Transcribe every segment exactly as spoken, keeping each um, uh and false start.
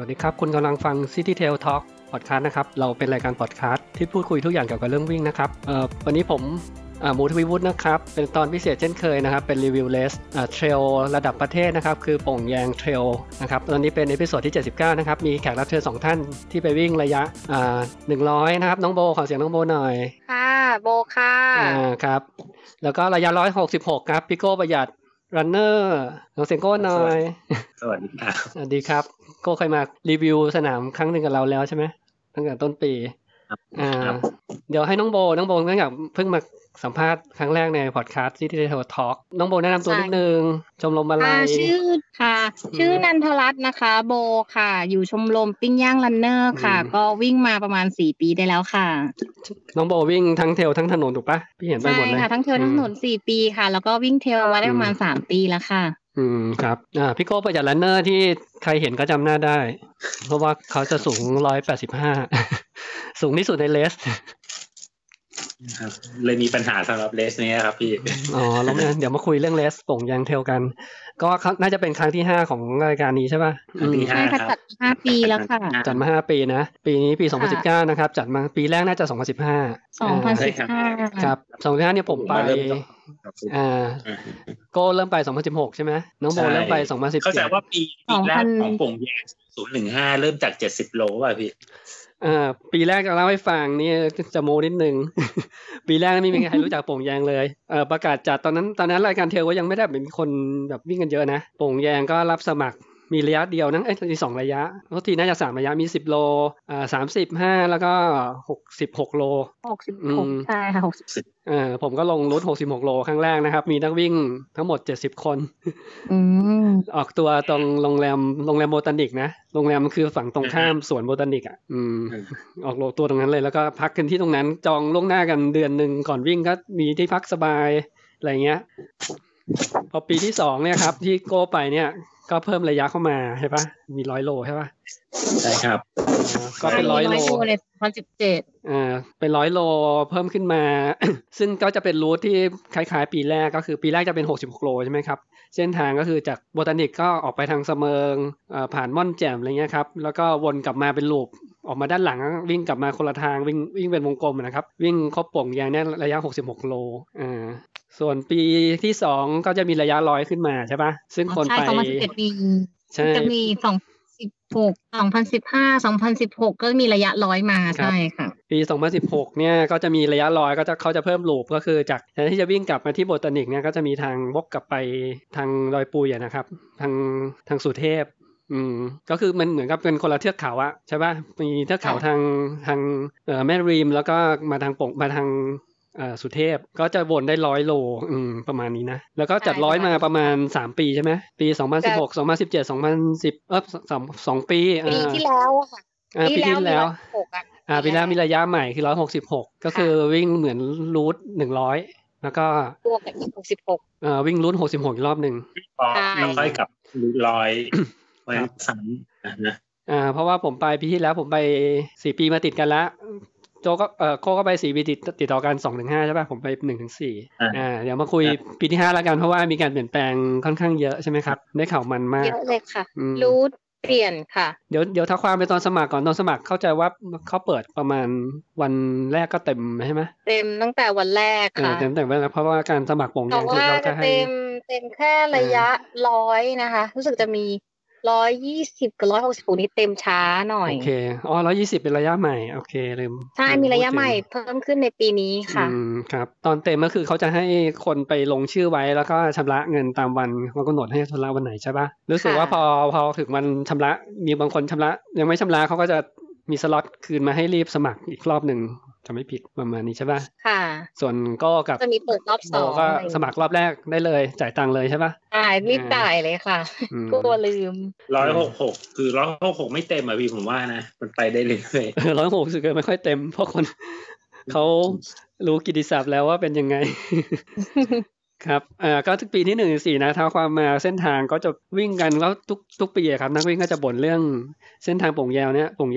สดีครับคุณกำลังฟัง City Tail Talk Podcast นะครับเราเป็นรายการ podcast ที่พูดคุยทุกอย่างเกี่ยวกับเรื่องวิ่งนะครับเอ่อวันนี้ผมอ่าหมูทวีวุฒินะครับเป็นตอนพิเศษเช่นเคยนะครับเป็นรีวิวเลสอ่าเทรลระดับประเทศนะครับคือโป่งแยงเทรลนะครับตอนนี้เป็นเอพิโซดที่เจ็ดสิบเก้านะครับมีแขกรับเชิญสองท่านที่ไปวิ่งระยะอ่าหนึ่งร้อยนะครับน้องโบขอเสียงน้องโบหน่อยค่ะโบค่ะอ่าครับแล้วก็ระยะหนึ่งร้อยหกสิบหกครับพี่โก้ประหยัดรันเนอร์น้องเสียงโก้หน่อยสวัสดีครับสวัสดีครับโก้เคยมารีวิวสนามครั้งหนึ่งกับเราแล้วใช่ไหมตั้งแต่ต้นปีอ่าเดี๋ยวให้น้องโบน้องโบเนื่องจากเพิ่งมาสัมภาษณ์ครั้งแรกในพอดแคสต์ City Tail Talk น้องโบแนะนำตัวนิดนึงชมรมอะไรชื่อค่ะชื่อนันทรัตน์นะคะโบค่ะอยู่ชมรมปิ้งย่างรันเนอร์ค่ะก็วิ่งมาประมาณสี่ปีได้แล้วค่ะน้องโบวิ่งทั้งเทรลทั้งถนนถูกปะพี่เห็นไปหมดเลยใช่ค่ะทั้งเทรลทั้งถนนสี่ปีค่ะแล้วก็วิ่งเทรลมาได้ประมาณสามปีแล้วค่ะอืมครับอ่าพี่โก้ประหยัดรันเนอร์ที่ใครเห็นก็จำหน้าได้เพราะว่าเขาจะสูงหนึ่งร้อยแปดสิบห้าสูงที่สุดในเลสครับเลยมีปัญหาสำหรับเลสนี้ครับพี่อ๋อแล้วงั้นเดี๋ยวมาคุยเรื่องเลสโป่งยางเทลกันก็น่าจะเป็นครั้งที่ห้าของรายการนี้ใช่ป่ะปีห้าค่ะจัดห้าปีแล้วค่ะจัดมาห้าปีนะปีนี้ปีสองพันสิบเก้านะครับจัดมาปีแรกน่าจะสองพันสิบห้าสองพันสิบห้าครับสองพันสิบห้าเนี่ยผมไปอ่าโก้เริ่มไปสองพันสิบหกใช่ไหมน้องโบเริ่มไปสองพันสิบเจ็ดเข้าใจว่าปีปีแรกของโป่งแยงศูนย์หนึ่งห้าเริ่มจากเจ็ดสิบโลป่ะพี่อ่าปีแรกจะเล่าให้ฟังนี่จะโมนิดนึง ปีแรกไม่มีใครรู้จักโป่งแยงเลยเอ่อประกาศจัดตอนนั้นตอนนั้นรายการเทรลก็ยังไม่ได้เป็นคนแบบวิ่งกันเยอะนะโป่งแยงก็รับสมัครมีระยะเดียวนะเอ้ยมีสองระยะบางทีน่าจะสามระยะมีสิบโลอ่าสามสิบ ห้าแล้วก็หกสิบหกโลหกสิบหกใช่ค่ะหกสิบเอ่อผมก็ลงรูทหกสิบหกโลครั้งแรกนะครับมีนักวิ่งทั้งหมดเจ็ดสิบคนอืมออกตัวตรงโรงแรมโรงแรมโบตานิกนะโรงแรมคือฝั่งตรงข้ามสวนโบตานิกอ่ะอืมออกตัวตรงนั้นเลยแล้วก็พักกันที่ตรงนั้นจองล่วงหน้ากันเดือนนึงก่อนวิ่งก็มีที่พักสบายอะไรเงี้ยพอปีที่สองเนี่ยครับที่โก้ไปเนี่ยก็เพิ่มระยะเข้ามาใช่ปะมีร้อยโลใช่ปะใช่ครับก็เป็นร้อยโลในสองพันสิบเจ็ดอ่าเป็นร้อยโลเพิ่มขึ้นมา ซึ่งก็จะเป็นรูทที่คล้ายๆปีแรกก็คือปีแรกจะเป็นหกสิบหกโลใช่ไหมครับเส้นทางก็คือจากโบตานิกก็ออกไปทางเสมิงอ่าผ่านม่อนแจ่มอะไรเงี้ยครับแล้วก็วนกลับมาเป็นลูปออกมาด้านหลังวิ่งกลับมาคนละทางวิ่งวิ่งเป็นวงกลมนะครับวิ่งครบโป่งแยงเนี่ยระยะหกสิบหกโลอ่าส่วนปีที่สองก็จะมีระยะร้อยขึ้นมาใช่ปะซึ่งคนไปใช่สองพันสิบเอ็ดมีจะมีสองสิบหก สองพันสิบห้า สองพันสิบหกก็มีระยะร้อยมาใช่ค่ะปีสองพันสิบหกเนี่ยก็จะมีระยะร้อยก็จะเขาจะเพิ่มลูปก็คือจากแทนที่จะวิ่งกลับมาที่โบตานิกเนี่ยก็จะมีทางวกกลับไปทางดอยปุยนะครับทางทางสุเทพอืมก็คือมันเหมือนกับเป็นคนละเทือกเขาอะใช่ป่ะมีเทือกเขาทางทางเอ่อแม่ริมแล้วก็มาทางปงมาทางอ่าสุเทพก็จะวนได้ร้อยโลอืมประมาณนี้นะแล้วก็จัดร้อยมาประมาณสามปีใช่ไหมปีสองพันสิบหก สองพันสิบเจ็ด สองพันสิบเอ่อสอง สองปีปีที่แล้วอ่ะค่ะอ่าปีที่แล้วอ่าปีแล้วมีระยะใหม่คือหนึ่งร้อยหกสิบหกก็คือวิ่งเหมือนรูทหนึ่งร้อยแล้วก็บวกกับอีกหกสิบหกเอ่อวิ่งรูทหกสิบหกอีกรอบนึงร้อยกับรูทหนึ่งร้อยไว้ซ้ำนะอ่าเพราะว่าผมไปปีที่แล้วผมไปสี่ปีมาติดกันแล้วโจก็เอ่อโคก็ไปสี่ปีติดติดต่อกัน สองถึงห้า ใช่ป่ะผมไป หนึ่งถึงสี่ อ่าเดี๋ยวมาคุยปีที่ห้าแล้วกันเพราะว่ามีการเปลี่ยนแปลงค่อนข้างเยอะใช่ไหมครับได้ข่าวมันมากเยอะเลยค่ะรูทเปลี่ยนค่ะเดี๋ยวเดี๋ยวถ้าความไปตอนสมัครก่อนตอนสมัครเข้าใจว่าเขาเปิดประมาณวันแรกก็เต็มใช่ไหมเต็มตั้งแต่วันแรกค่ะเต็มแต่วันแรกเพราะว่าการสมัครโป่งแยงคือเขาจะให้เต็มเต็มแค่ระยะร้อยนะคะรู้สึกจะมีหนึ่งร้อยยี่สิบกับหนึ่งร้อยหกสิบหกนี่เต็มช้าหน่อยโอเคอ๋อหนึ่งร้อยยี่สิบเป็นระยะใหม่โอเคลืมใช่มีระยะใหม่เพิ่มขึ้นในปีนี้ค่ะอืมครับตอนเต็มก็คือเขาจะให้คนไปลงชื่อไว้แล้วก็ชำระเงินตามวันเขากำหนดให้ชำระวันไหนใช่ป่ะรู้สึกว่าพอพอถึงวันชำระมีบางคนชำระยังไม่ชำระเขาก็จะมีสล็อตคืนมาให้รีบสมัครอีกรอบนึงจะไม่ผิดประมาณนี้ใช่ป่ะค่ะส่วนก็กับจะมีเปิดรอบสองก็สมัครรอบแรกได้เลยจ่ายตังค์เลยใช่ป่ะจ่ายรีบจ่ายเลยค่ะกลัวลืมหนึ่งร้อยหกสิบหกคือหนึ่งร้อยหกสิบหกไม่เต็มอ่ะพี่ผมว่านะมันไปได้เรื่อยๆหนึ่งร้อยหกสิบไม่ค่อยเต็มเพราะคนเขารู้กิตติศัพท์แล้วว่าเป็นยังไงครับอ่าก็ทุกปีที่หนึ่งถึงสี่นะถ้าความมาเส้นทางก็จะวิ่งกันแล้วทุกทุกปีครับนักวิ่งก็จะบ่นเรื่องเส้นทางโป่งแยงเนี้ยโป่งแยงเนี้ย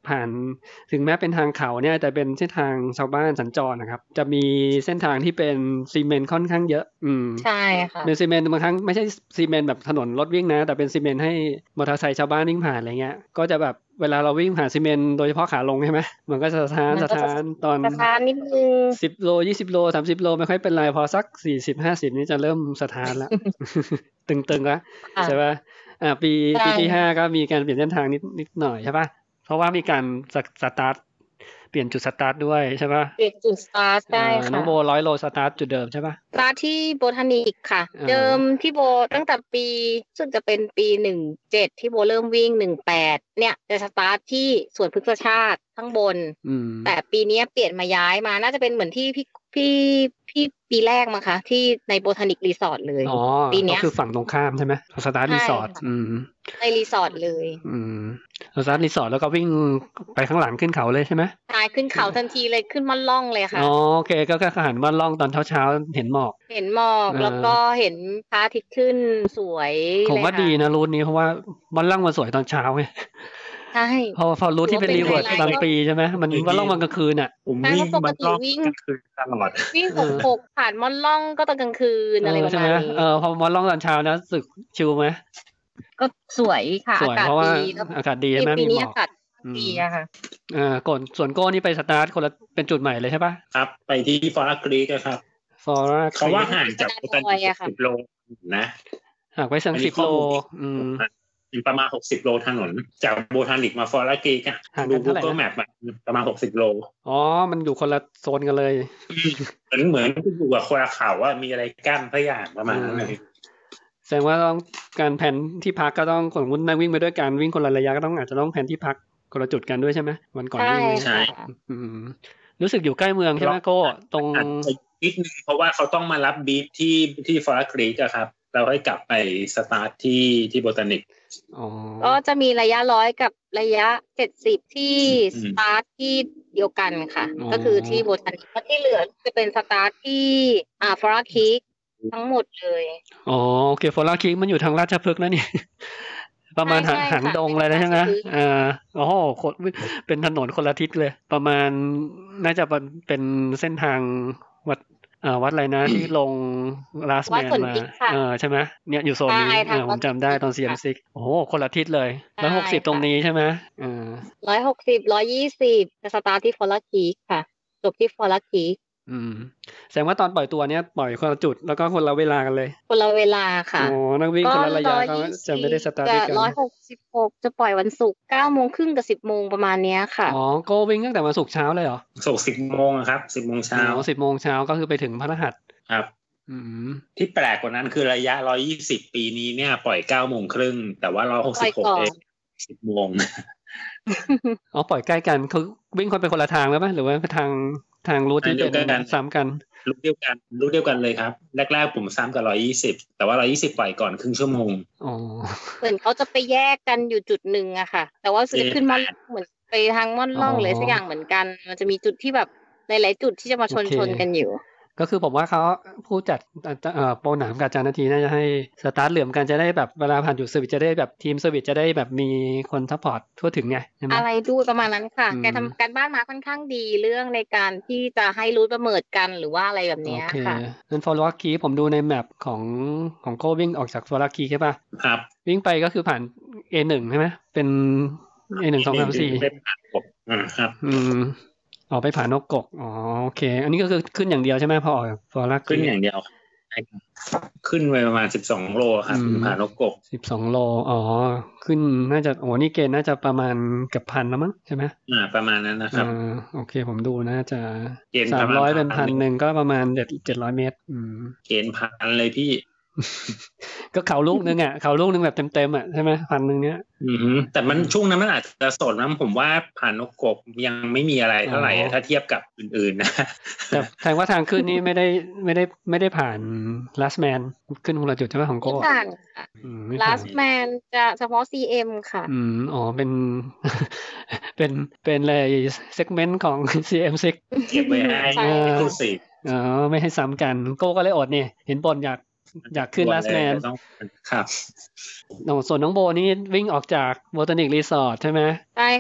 ผ่านถึงแม้เป็นทางเขาเนี่ยแต่เป็นเส้นทางชาวบ้านสัญจรนะครับจะมีเส้นทางที่เป็นซีเมนต์ค่อนข้างเยอะอืมใช่ค่ะเป็นซีเมนต์บางครั้งไม่ใช่ซีเมนต์แบบถนนรถวิ่งนะแต่เป็นซีเมนต์ให้มอเตอร์ไซค์ชาวบ้านวิ่งผ่านอะไรเงี้ยก็จะแบบเวลาเราวิ่งผ่านซีเมนต์โดยเฉพาะขาลงใช่ไหมมันก็จะสะท้านสะท้านตอนสะท้านนิดนึงสิบโลยี่สิบโลสามสิบโลไม่ค่อยเป็นไรพอสักสี่สิบห้าสิบนี่จะเริ่มสะท้านแล้ว ตึงๆแล้วใช่ป่ะอ่าปีปีที่ห้าก็มีการเปลี่ยนเส้นทางนิดนิดหน่อยใช่ป่ะเพราะว่ามีการสตาร์ทเปลี่ยนจุดสตาร์ทด้วยใช่ป่ะเปลี่ยนจุดสตาร์ทได้ค่ะน้องโบร้อยโลสตาร์ทจุดเดิมใช่ป่ะสตาร์ทที่โบทานิกค่ะเดิมที่โบตั้งแต่ปีซึ่งจะเป็นปีหนึ่งเจ็ดที่โบเริ่มวิ่งหนึ่งแปดเนี่ยจะสตาร์ทที่สวนพฤกษชาติข้างบนแต่ปีนี้เปลี่ยนมาย้ายมาน่าจะเป็นเหมือนที่พี่พี่พี่ปีแรกมั้งคะที่ในโบทานิกรีสอร์ทเลยอ๋อปีนี้ก็คือฝั่งตรงข้ามใช่ไหมสตาร์ทรีสอร์ทอืมในรีสอร์ทเลยอืมสตาร์ทรีสอร์ทแล้วก็วิ่งไปข้างหลังขึ้นเขาเลยใช่ไหมใช่ขึ้นเขาทันทีเลยขึ้นม่อนล่องเลยค่ะอ๋อโอเคก็แค่หันม่อนล่องตอนเช้าๆเห็นหมอกเห็นหมอกแล้วก็เห็นพระอาทิตย์ขึ้นสวยผมว่าดีนะรูทนี้เพราะว่าม่อนล่องมันสวยตอนเช้าไงใช่พอพอรู้ที่เป็นรีเวิร์สกลางปีใช่ไหมมันม่อนล่องมันกลางคืนอ่ะผมวิ่งม่อนล่องกลางคืนตลอดวิ่งหกหกผ่านม่อนล่องก็ตอนกลางคืนอะไรประมาณนี้เออพอม่อนล่องตอนเช้านะรู้สึกชิลไหมก็สวยค่ะอากาศดีอากาศดีใช่ไหมมีหมอกอากาศดีอะค่ะอ่าก่อนส่วนโก้นี่ไปสตาร์ทคนละเป็นจุดใหม่เลยใช่ปะครับไปที่ฟอร์กรีกครับฟอร์เขาว่าห่างจากโบตันสิบโลนะห่างไปสักสิบโลอืมประมาณหกสิบโลถนนจากโบทานิกมาฟอร์กรีกดู Google Map ประมาณหกสิบโลอ๋อมันอยู่คนละโซนกันเลยเหมือนเหมือนอยู่กับคนละเขาว่ามีอะไรกั้นพะอย่างประมาณนั้นเลยแสดงว่าต้องการแผนที่พักก็ต้องคนนักวิ่งไปด้วยกันวิ่งคนละระยะก็ต้องอาจจะต้องแผนที่พักคนละจุดกันด้วยใช่ไหมวันก่อนวิ่งใช่รู้สึกอยู่ใกล้เมืองใช่ไหมโก้ตรงนิดนึงเพราะว่าเขาต้องมารับบีฟที่ที่ฟอร์กรีกอะครับเราให้กลับไปสตาร์ทที่ที่โบตานิกก็จะมีระยะร้อยกับระยะเจ็ดสิบที่สตาร์ทที่เดียวกันค่ะก็คือที่โบตานิกที่เหลือจะเป็นสตาร์ทที่อ่าฟอร์กรีกทั้งหมดเลยอ๋อโอเคฟอร์คิงมันอยู่ทางราชพฤกษ์นะนี่ประมาณหางดงอะไรนะใช่ไหมอ่าโอ้โหเป็นถนนคนละทิศเลยประมาณน่าจะเป็นเส้นทางวัดอ่าวัดอะไรนะที่ลงลาสแมนมาเออใช่ไหมเนี่ยอยู่โซนนี้ผมจำได้ตอน ซี เอ็ม ซิกส์ โอ้โหคนละทิศเลยหนึ่งร้อยหกสิบตรงนี้ใช่ไหมอ่าหนึ่งร้อยหกสิบ หนึ่งร้อยยี่สิบจะสตาร์ทที่ฟอร์คิงค่ะจบที่ฟอร์คิงอืมแสดงว่าตอนปล่อยตัวเนี้ยปล่อยคนละจุดแล้วก็คนละเวลากันเลยคนละเวลาค่ะโอ้นักวิ่งคนละระยะก็จะไม่ได้สตาร์ทด้วยกันหนึ่งร้อยหกสิบหกจะปล่อยวันศุกร์ เก้าโมงครึ่งกับ สิบโมงประมาณเนี้ยค่ะอ๋อก็วิ่งตั้งแต่วันศุกร์เช้าเลยเหรอศุกร์ สิบโมงครับ สิบโมงเช้าอ๋อ สิบโมงเช้าก็คือไปถึงพฤหัสครับอืมที่แปลกกว่านั้นคือระยะหนึ่งร้อยยี่สิบปีนี้เนี่ยปล่อย เก้าโมงครึ่งแต่ว่าหนึ่งร้อยหกสิบหกเองสิบโมงอ๋อปล่อยใกล้กันคือวิ่งคนไปคนละทางแล้วป่ะหรือว่าทางทางรูทที่เป็นซ้ำกันรูทเดียวกันรูทเดียวกันเลยครับแรกๆผมซ้ำกับหนึ่งร้อยยี่สิบแต่ว่าหนึ่งร้อยยี่สิบปล่อยก่อนครึ่งชั่วโมงอ๋อเหมือนเขาจะไปแยกกันอยู่จุดนึงอะค่ะแต่ว่าจะขึ้นม่อนเหมือนไปทางม่อนล่องเลยสักอย่างเหมือนกันมันจะมีจุดที่แบบหลายๆจุดที่จะมาชนชนกันอยู่ก็คือผมว่าเขาผู้จัดเอ่อโปรหนามกับอาจารย์นาทีน่าจะให้สตาร์ทเหลื่อมกันจะได้แบบเวลาผ่านจุดเซอร์วิสจะได้แบบทีมเซอร์วิสจะได้แบบมีคนซัพพอร์ตทั่วถึงไงใช่ไหมอะไรดูประมาณนั้นค่ะแกทำการบ้านมาค่อนข้างดีเรื่องในการที่จะให้รูทประเมินกันหรือว่าอะไรแบบนี้ค่ะนั่นฟอร์ลคีผมดูในแมปของของโก้วิ่งออกจากฟอร์ลคีใช่ป่ะครับวิ่งไปก็คือผ่าน เอ หนึ่ง ใช่ไหมเป็น เอ หนึ่ง สอง สาม สี่เป็นผ่านกบอ่าครับอืมออกไปผานกกกอ๋อโอเคอันนี้ก็คือขึ้นอย่างเดียวใช่ไหมพอออกฟอร์ลขึ้นอย่างเดียวขึ้นไปประมาณสิบสองโลครับผานกกกสิบสองโลอ๋อขึ้นน่าจะโอ้นี่เกณฑ์น่าจะประมาณเกือบพันแล้วมั้งใช่ไหมอ่าประมาณนั้นนะครับอ่าโอเคผมดูน่าจะสามร้อยเป็นพันหนึ่งก็ประมาณเจ็ดร้อยเมตรอืมเกณฑ์พันเลยพี่ก็เขาลูกนึงอ่ะเขาลูกนึงแบบเต็มๆอ่ะใช่ไหมพันหนึ่งเนี้ยอือแต่มันช่วงนั้นมันอาจจะสดนะผมว่าผ่านนกกบยังไม่มีอะไรเท่าไหร่ถ้าเทียบกับอื่นๆนะแต่แสดงว่าทางขึ้นนี่ไม่ได้ไม่ได้ไม่ได้ผ่าน last man ขึ้นคนละจุดใช่ไหมของโก้ผ่านค่ะ last man จะเฉพาะ ซี เอ็ม ค่ะอืมอ๋อเป็นเป็นเป็นเลย segment ของ ซี เอ็ม ซิกส์เก็บไว้ให้คูสิอ๋อไม่ให้ซ้ำกันโก้ก็เลยอดเนี่ยเห็นบนอยากอยากขึ้น last man ครับส่วนน้องโบนี่วิ่งออกจาก Botanic Resort ใช่ไหมใช่ค่ะ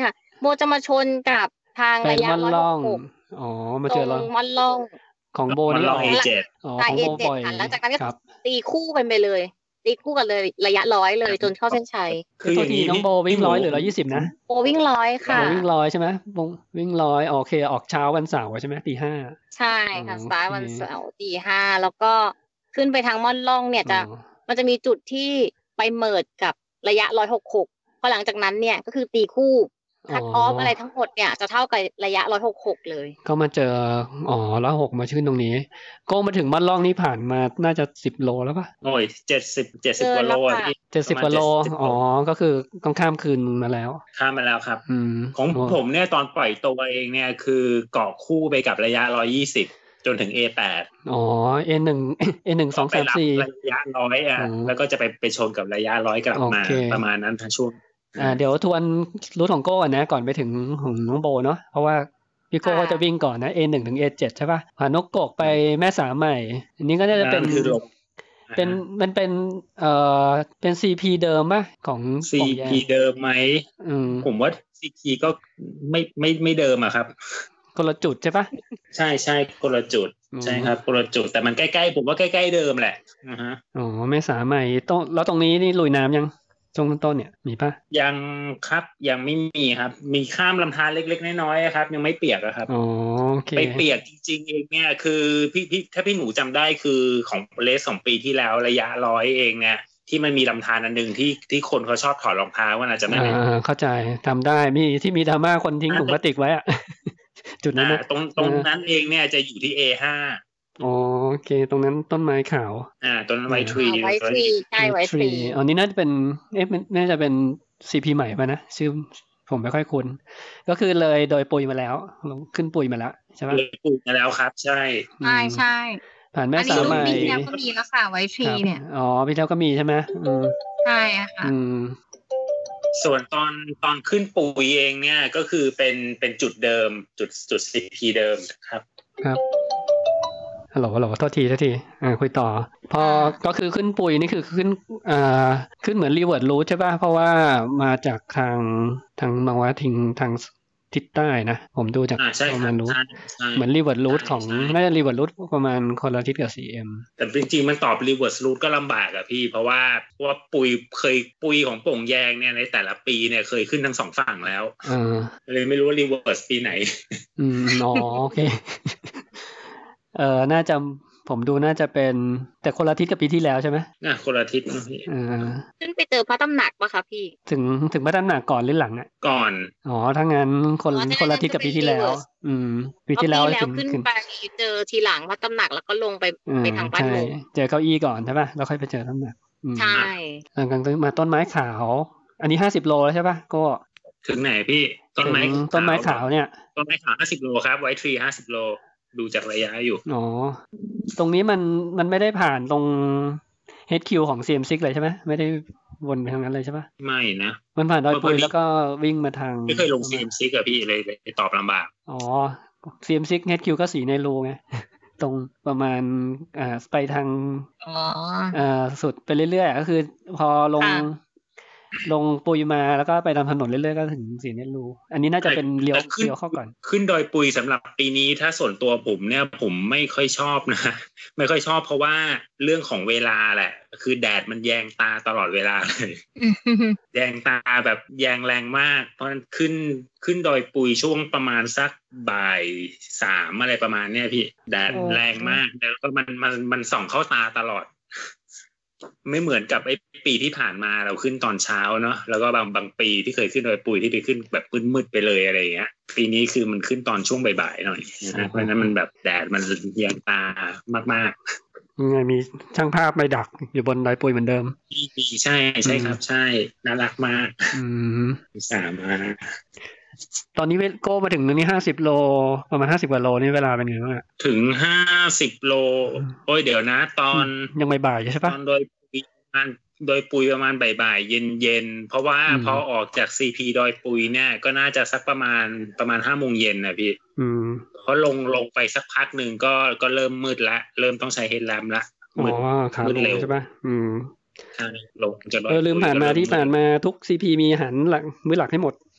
โบจะมาชนกับทางระยะหนึ่งร้อยหกสิบอ๋อมาเจอแล้วมันล่องของโบนี่ออกเอ เจ็ดอ๋อของโบบ่อยหลังจากนั้นก็ตีคู่กันไปเลยตีคู่กันเลยระยะร้อยเลยจนเข้าเส้นชัยคือตัวทีน้องโบวิ่งร้อยหรือร้อยยี่สิบนะโบวิ่งร้อยค่ะวิ่งร้อยใช่ไหมวิ่งร้อยโอเคออกเช้าวันเสาร์ใช่ไหมตีห้าใช่ค่ะสตาร์ทวันเสาร์ตีห้าแล้วก็ขึ้นไปทางม่อนล่องเนี่ยจะมันจะมีจุดที่ไปเมิร์จกับระยะหนึ่งร้อยหกสิบหกพอหลังจากนั้นเนี่ยก็คือตีคู่คัทออฟอะไรทั้งหมดเนี่ยจะเท่ากับระยะหนึ่งร้อยหกสิบหกเลยก็มาเจออ๋อหนึ่งร้อยหกมาชื่นตรงนี้ก็มาถึงม่อนล่องนี่ผ่านมาน่าจะสิบโลแล้วป่ะโอ้ยเจ็ดสิบ เจ็ดสิบกว่าโลอ่ะพี่เจ็ดสิบกว่าโลอ๋อก็คือต้องข้ามคืนมาแล้วข้ามมาแล้วครับอืมของผมเนี่ยตอนปล่อยตัวเองเนี่ยคือเกาะคู่ไปกับระยะหนึ่งร้อยยี่สิบจนถึง เอ แปดอ๋อ เอ หนึ่ง เอ หนึ่ง สอง สาม สี่ระยะร้อยอ่ะแล้วก็จะไปไปชนกับระยะร้อยกลับมาประมาณนั้นทั้งช่วงอ่าเดี๋ยวทวนรูทของโก้ก่อนนะก่อนไปถึงของน้องโบเนาะเพราะว่าพี่โก้ก็จะวิ่งก่อนนะ เอ หนึ่ง ถึง เอ เจ็ด ใช่ป่ะผ่านนกกกไปแม่สาใหม่อันนี้ก็จะเป็นเป็นมันเป็นเอ่อเป็น ซี พี เดิมป่ะของซี พี เดิมไหมผมว่า ซี พี ก็ไม่ไม่ไม่เดิมอะครับคนละจุดใช่ป่ะใช่ใช่คนละจุดใช่ครับคนละจุดแต่มันใกล้ๆผมว่าใกล้ๆเดิมแหละอ่าฮะอ๋อแม่สาใหม่ต้นแล้วตรงนี้นี่ลุยน้ำยังช่วงต้นเนี่ยมีป่ะยังครับยังไม่มีครับมีข้ามลำธารเล็กๆน้อยๆครับยังไม่เปียกอะครับอ๋อโอเคไปเปียกจริงๆเองเนี่ยคือพี่พี่ถ้าพี่หนูจำได้คือของเลสสองปีที่แล้วระยะร้อยเองเนี่ยที่มันมีลำธารอันนึงที่ที่คนเขาชอบถอดรองเท้าว่าน่าจะไม่อ่าเข้าใจทำได้มีที่มีดราม่าคนทิ้งถุงพลาสติกไว้อะจุดนั้นนะตรงตรงนั้นเองเนี่ยจะอยู่ที่ เอ ห้าอ๋อโอเคตรงนั้นต้นไม้ขาวอ่าต้นไม้ทรีไว้ทรีใช่ไว้ทรีอ๋อนี่น่าจะเป็นเอ๊ะน่าจะเป็น ซี พี ใหม่ป่ะนะชื่อผมไม่ค่อยคุ้นก็คือเลยโดยปุยมาแล้วขึ้นปุยมาแล้วใช่ป่ะเลยปุยมาแล้วครับใช่ใช่ใช่ผ่านแม่สาใหม่ปีที่แล้วก็มีแล้วค่ะไว้ทรีเนี่ยอ๋อปีที่แล้วก็มีใช่ไหมอืมใช่ค่ะอืมส่วนตอนตอนขึ้นปุยเองเนี่ยก็คือเป็นเป็นจุดเดิมจุดจุด ซี พี เดิมครับครับฮัลโหลฮัลโหลโทษทีโทษทีอ่าคุยต่อพอก็คือขึ้นปุยนี่คือขึ้นอ่าขึ้นเหมือนรีเวิร์สรูทใช่ป่ะเพราะว่ามาจากทางทางบางว่าทิงทางทิศใต้นะผมดูจากประมาณรูทเหมือนรีเวิร์สรูทของน่าจะรีเวิร์สรูทประมาณคนละทิศกับ ซี เอ็มแต่จริงๆมันตอบรีเวิร์สรูทก็ลำบากอะพี่เพราะว่าเพราะว่าปุยเคยปุยของโป่งแยงเนี่ยในแต่ละปีเนี่ยเคยขึ้นทั้งสองฝั่งแล้วเลยไม่รู้ว่ารีเวิร์สปีไหนอืมอ๋อโอเคเออน่าจะผมดูน่าจะเป็นแต่คนละทิศกับปีที่แล้วใช่ไหมอ่ะคนละทิศนะพี่อ่าขึ้นไปเจอพระตำหนักป่ะคะพี่ถึงถึงพระตำหนักก่อนหรือหลังอ่ะก่อนอ๋อถ้างั้นคนคนละทิศกับปีที่แล้วอืมปีที่แล้วขึ้นขึ้นไปเจอทีหลังพระตำหนักแล้วก็ลงไปไปทางบ้านหมู่เจอเก้าอี้ก่อนใช่ป่ะแล้วค่อยไปเจอตำหนักใช่หลังจากมาต้นไม้ขาวอันนี้ห้าสิบโลแล้วใช่ป่ะก็ถึงไหนพี่ต้นไม้ต้นไม้ขาวเนี่ยต้นไม้ขาวห้าสิบโลครับไวท์ทรีห้าสิบโลดูจากระยะอยู่อ๋อตรงนี้มันมันไม่ได้ผ่านตรง เอช คิว ของ ซี เอ็ม ซิกซ์ เลยใช่ไหมไม่ได้วนไปทางนั้นเลยใช่ปะไม่นะมันผ่านดอยปุยแล้วก็วิ่งมาทางไม่เคยลง ซี เอ็ม ซิกซ์ อะพี่เลยเลยตอบลำบากอ๋อ ซี เอ็ม ซิกซ์ เอช คิว ก็สีในรูไงตรงประมาณอ่าไปทางอ๋ออ่าสุดไปเรื่อยๆก็คือพอลงลงปุยมาแล้วก็ไปตามถนนเรื่อยๆก็ถึงสีเนรูอันนี้น่าจะเป็นเลี้ยวเลี้ยวเข้าก่อนขึ้นดอยปุยสำหรับปีนี้ถ้าส่วนตัวผมเนี่ยผมไม่ค่อยชอบนะไม่ค่อยชอบเพราะว่าเรื่องของเวลาแหละคือแดดมันแยงตาตลอดเวลาเลยแยงตาแบบแยงแรงมากเพราะนั้นขึ้นขึ้นดอยปุยช่วงประมาณสักบ่ายสามอะไรประมาณเนี้ยพี่แดดแรงมากแล้วก็มันมันมันส่องเข้าตาตลอดไม่เหมือนกับไอ้ปีที่ผ่านมาเราขึ้นตอนเช้าเนาะแล้วก็บางบางปีที่เคยขึ้นดอยปุยที่ไปขึ้นแบบมืดๆไปเลยอะไรอย่างเงี้ยปีนี้คือมันขึ้นตอนช่วงบ่ายๆหน่อยนะเพราะนั้นมันแบบแดดมันแยงตามากๆยังไงมีช่างภาพไปดักอยู่บนดอยปุยเหมือนเดิมมีใช่ใช่ครับใช่น่ารักมากอืมสามมาตอนนี้โก้มาถึงนี่ห้าสิบโลประมาณห้าสิบกว่าโลนี่เวลาเป็นไงบ้างถึงห้าสิบโลโอ้ยเดี๋ยวนะตอนยังบ่ายๆใช่ปะตอนโดยโดยปุยประมาณบ่ายๆเย็นๆเพราะว่าพอออกจาก ซี พี ดอยปุยเนี่ยก็น่าจะสักประมาณประมาณห้าโมงเย็นนะพี่อืมเพราะลงลงไปสักพักหนึ่งก็ก็เริ่มมืดละเริ่มต้องใช้เฮดแลมป์ละมืดมืดเร็วใช่ปะอืมลงจะเออลืมผ่านมาที่ผ่านมาทุก ซี พี มีอาหารหลักมื้อหลักให้หมด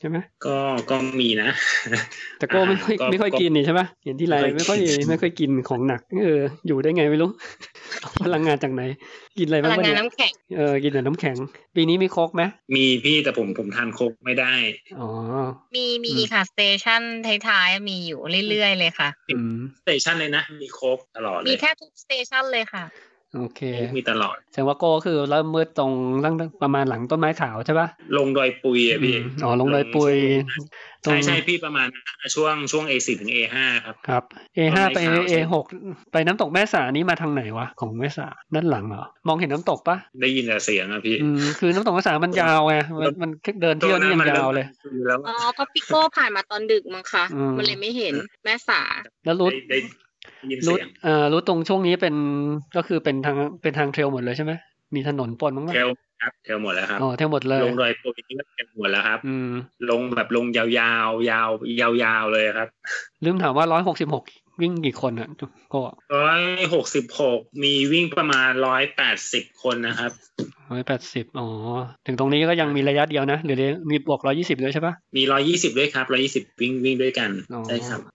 ช่ไหมก็ก็มีนะแต่โก้ไม่ค่อยไม่ค่อยกินนี่ใช่ปะเห็นที่ไรไม่ค่อยไม่ค่อยกินของหนักเอออยู่ได้ไงไม่รู้พลังงานจากไหนกินอะไรบ้างวะเนี่ยน้ำแข็งเออกินแต่น้ำแข็งปีนี้มีโค้กไหมมีพี่แต่ผมผมทานโค้กไม่ได้อ๋อมีมีค่ะสเตชันท้ายๆมีอยู่เรื่อยๆเลยค่ะสเตชันเลยนะมีโค้กตลอดเลยมีแค่ทุกสเตชันเลยค่ะโอเคมีตลอดแสดงว่าโก้คือเริ่มมืดตรงตั้งประมาณหลังต้นไม้ขาวใช่ปะลงดอยปุยอ่ะพี่อ๋อลงดอยปุยใช่ใช่พี่ประมาณช่วงช่วง เอ สี่ ถึง เอ ห้า ครับครับ เอ ห้า ไป เอ หก ไปน้ำตกแม่สานี่มาทางไหนวะของแม่สาด้านหลังเหรอมองเห็นน้ำตกปะได้ยินแต่เสียงอ่ะพี่อืมคือน้ำตกแม่สามันยาวไงมันมันเดินเที่ยวนี่ยังยาวเลยอ๋อเพราะพี่โก้ผ่านมาตอนดึกมั้งคะมันเลยไม่เห็นแม่สาแล้วรู้รู้เอ่อรู้ตรงช่วงนี้เป็นก็คือเป็นทางเป็นทางเทรลหมดเลยใช่ไหมมีถนนปนมั้งไหมเทรลครับเทรลหมดแล้วครับอ๋อเทรลหมดเลยลงดอยปุยนี่ก็เต็มหมดแล้วครับอืมลงแบบลงยาวๆยาวยาวยาวเลยครับลืมถามว่าร้อยหกสิบหกวิ่งกี่คนอ่ะก็ร้อยหกสิบหกมีวิ่งประมาณร้อยแปดสิบคนนะครับร้อยแปดสิบอ๋อถึงตรงนี้ก็ยังมีระยะเดียวนะหรือมีบวกร้อยยี่สิบด้วยใช่ปะมีร้อยยี่สิบด้วยครับร้อยยี่สิบวิ่งวิ่งด้วยกันใช่ครับ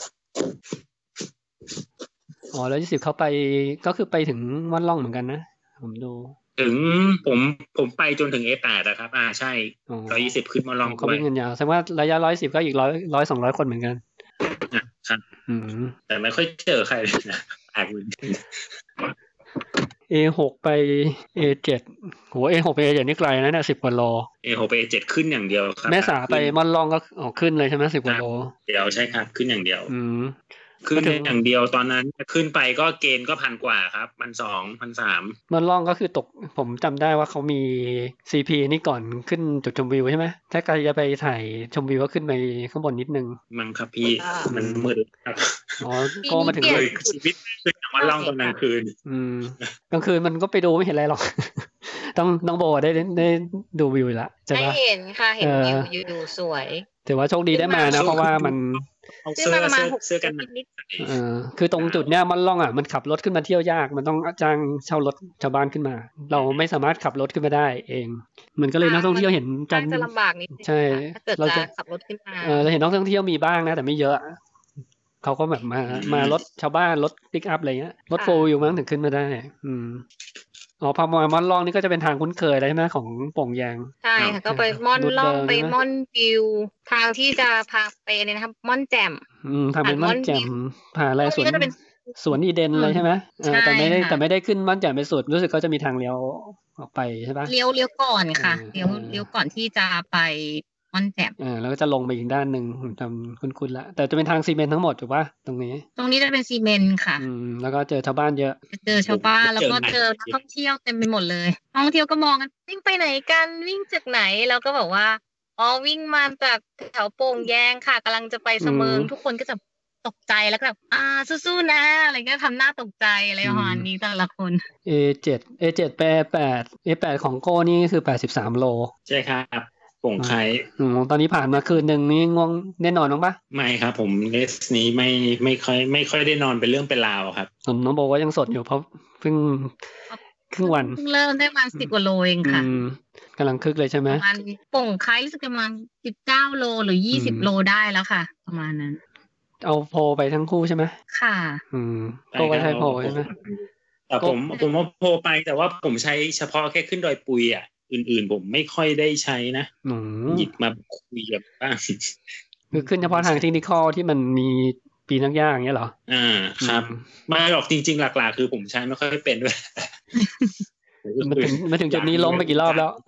อ๋อร้อยยี่สิบเข้าไปก็คือไปถึงม่อนล่องเหมือนกันนะผมดูถึงผมผมไปจนถึง เอ แปด นะครับอ่าใช่ร้อยยี่สิบขึ้นม่อนล่องเขาวิ่งกันยาวแสดงว่าระยะร้อยสิบก็อีกร้อยร้อยสองร้อยคนเหมือนกันครับอืมแต่ไม่ค่อยเจอใครเลยนะแปลกเหมือนกันเอ หก ไป เอ เจ็ด โห เอ หก ไป เอ เจ็ด นี่ไกลนะเนี่ยสิบกว่าโลเอ หก ไป เอ เจ็ด ขึ้นอย่างเดียวครับแม่สาไปม่อนล่องก็ออกขึ้นเลยใช่ไหมสิบกว่าโลเดียวใช่ครับขึ้นอย่างเดียวอืมขึ้นอย่างเดียวตอนนั้นขึ้นไปก็เกณฑ์ก็พันกว่าครับพันสองพันสามม่อนล่องก็คือตกผมจำได้ว่าเขามี ซี พี นี่ก่อนขึ้นจุดชมวิวใช่ไหมถ้าใครจะไปถ่ายชมวิวก็ขึ้นไปข้างบนนิดนึงมั้งครับพี่มันมืดครับอ๋อก็มาถึงเลยชีวิตขึ้นม่อนล่องตอนกลางคืนอืมกลางคืนมันก็ไปดูไม่เห็นอะไรหรอกต้องน้องโบได้ได้ดูวิวละใช่ปะเห็นค่ะเห็นวิวอยู่สวยถือว่าโชคดีได้มานะเพราะว่ามันเสื้อประมาณเสื้อกันนิดเออคือตรงจุดเนี้ยมันล่องอ่ะมันขับรถขึ้นมาเที่ยวยากมันต้องจ้างเช่ารถชาวบ้านขึ้นมาเราไม่สามารถขับรถขึ้นมาได้เองมันก็เลยนักท่องเที่ยวเห็นกันจะลำบากนิดใช่เราจะขับรถขึ้นมาเออเราเห็นนักท่องเที่ยวมีบ้างนะแต่ไม่เยอะเขาก็แบบมามารถชาวบ้านรถปิกอัพอะไรเงี้ยรถโฟล์อยู่มั้งถึงขึ้นมาได้อืมอ๋อพอมามอนล่องนี่ก็จะเป็นทางคุ้นเคยเลยใช่ไหมของโป่งยางใช่ค่ะก็ไปม่อนล่องไปม่อนวิวทางที่จะพาไปเนี่ยนะครับม่อนแจ่มอืมทางไปม่อนแจ่มผ่านอะไรสวนสวนอีเดนเลยใช่ไหมแต่ไม่ได้แต่ไม่ได้ขึ้นม่อนแจ่มไปสุดรู้สึกเขาจะมีทางเลี้ยวออกไปใช่ปะเลี้ยวเลี้ยวก่อนค่ะเลี้ยวเลี้ยวก่อนที่จะไปม่อนแจ่มอ่าแล้วก็จะลงไปอีกด้านนึงผมจำคุ้นๆละแต่จะเป็นทางซีเมนต์ทั้งหมดถูกป่ะตรงนี้ตรงนี้จะเป็นซีเมนต์ค่ะอืมแล้วก็เจอชาวบ้านเยอะเจอชาวบ้านแล้วก็เจอนักท่องเที่ยวเต็มไปหมดเลยนักท่องเที่ยวก็มองกันวิ่งไปไหนกันวิ่งจากไหนแล้วก็บอกว่าอ๋อวิ่งมาจากแถวโป่งแยงค่ะกำลังจะไปเสมิงทุกคนก็จะตกใจแล้วก็แบบอ่าสู้ๆนะอะไรก็ทำหน้าตกใจอะไรประมาณนี้แต่ละคนเอ เจ็ด เอ เจ็ด แปด แปด เอ แปด ของโก้นี่คือแปดสิบสามโลใช่ครับป่งไข่อืมตอนนี้ผ่านมาคืนนึงนี่ง่วงแน่นอนมั้งปะไม่ครับผมเลสนี้ไม่ไม่ค่อยไม่ค่อยได้นอนเป็นเรื่องเป็นราวครับน้องโบก็ยังสดอยู่เพราะเพิ่งครึ่งวันเพิ่งเริ่มได้ประมาณสิบกว่าโลเองค่ะกำลังคึกเลยใช่ไหมประมาณป่งไข่รู้สึกประมาณสิบเก้าโลหรือยี่สิบโลได้แล้วค่ะประมาณนั้นเอาโพไปทั้งคู่ใช่ไหมค่ะอืมโพไปใช้โพใช่ไหมแต่ผมผมว่าโพไปแต่ว่าผมใช้เฉพาะแค่ขึ้นดอยปุยอ่ะอื่นๆผมไม่ค่อยได้ใช้นะหยิบมาคุยกับบ้างคือขึ้นเฉพาะทางเทคนิคที่มันมีปีนักยากอย่างเงี้ยเหรออ่าครับไม่หรอกจริงๆหลักๆคือผมใช้ไม่ค่อยเป็นด้วยมันถึงมันถึงจุดนี้ล้มไปกี่รอบแล้ว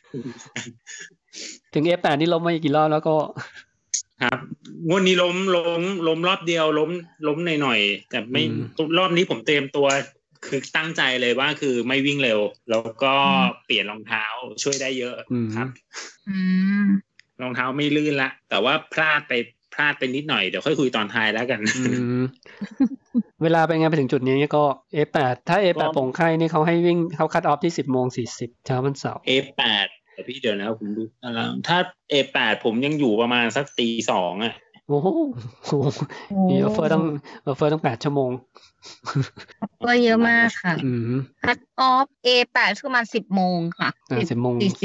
ถึง เอ แปด นี่ล้มมากี่รอบแล้วก็ครับงวดนี้ล้มล้มล้มรอบเดียวล้มล้มหน่อยๆแต่ไม่รอบนี้ผมเตรียมตัวคือตั้งใจเลยว่าคือไม่วิ่งเร็วแล้วก็เปลี่ยนรองเท้าช่วยได้เยอะครับรองเท้าไม่ลื่นละแต่ว่าพลาดไปพลาดไปนิดหน่อยเดี๋ยวค่อยคุยตอนท้ายแล้วกันเวลาเป็นไงไปถึงจุดนี้ก็ เอ แปด ถ้า เอ แปด โป่งไข่นี่เขาให้วิ่งเขาคัทออฟที่สิบโมงสี่สิบเช้าวันเสาร์เอ แปด แต่พี่เดี๋ยวนะผมดูถ้า เอ แปด ผมยังอยู่ประมาณสักตีสองอ่ะโอ้โหมีออฟเฟอร์ต้องออฟเฟอร์ต้องแปดชั่วโมงก็เยอะมากค่ะคัทออฟ เอ แปด ประมาณสิบโมงค่ะสิบโมงสี่สิบ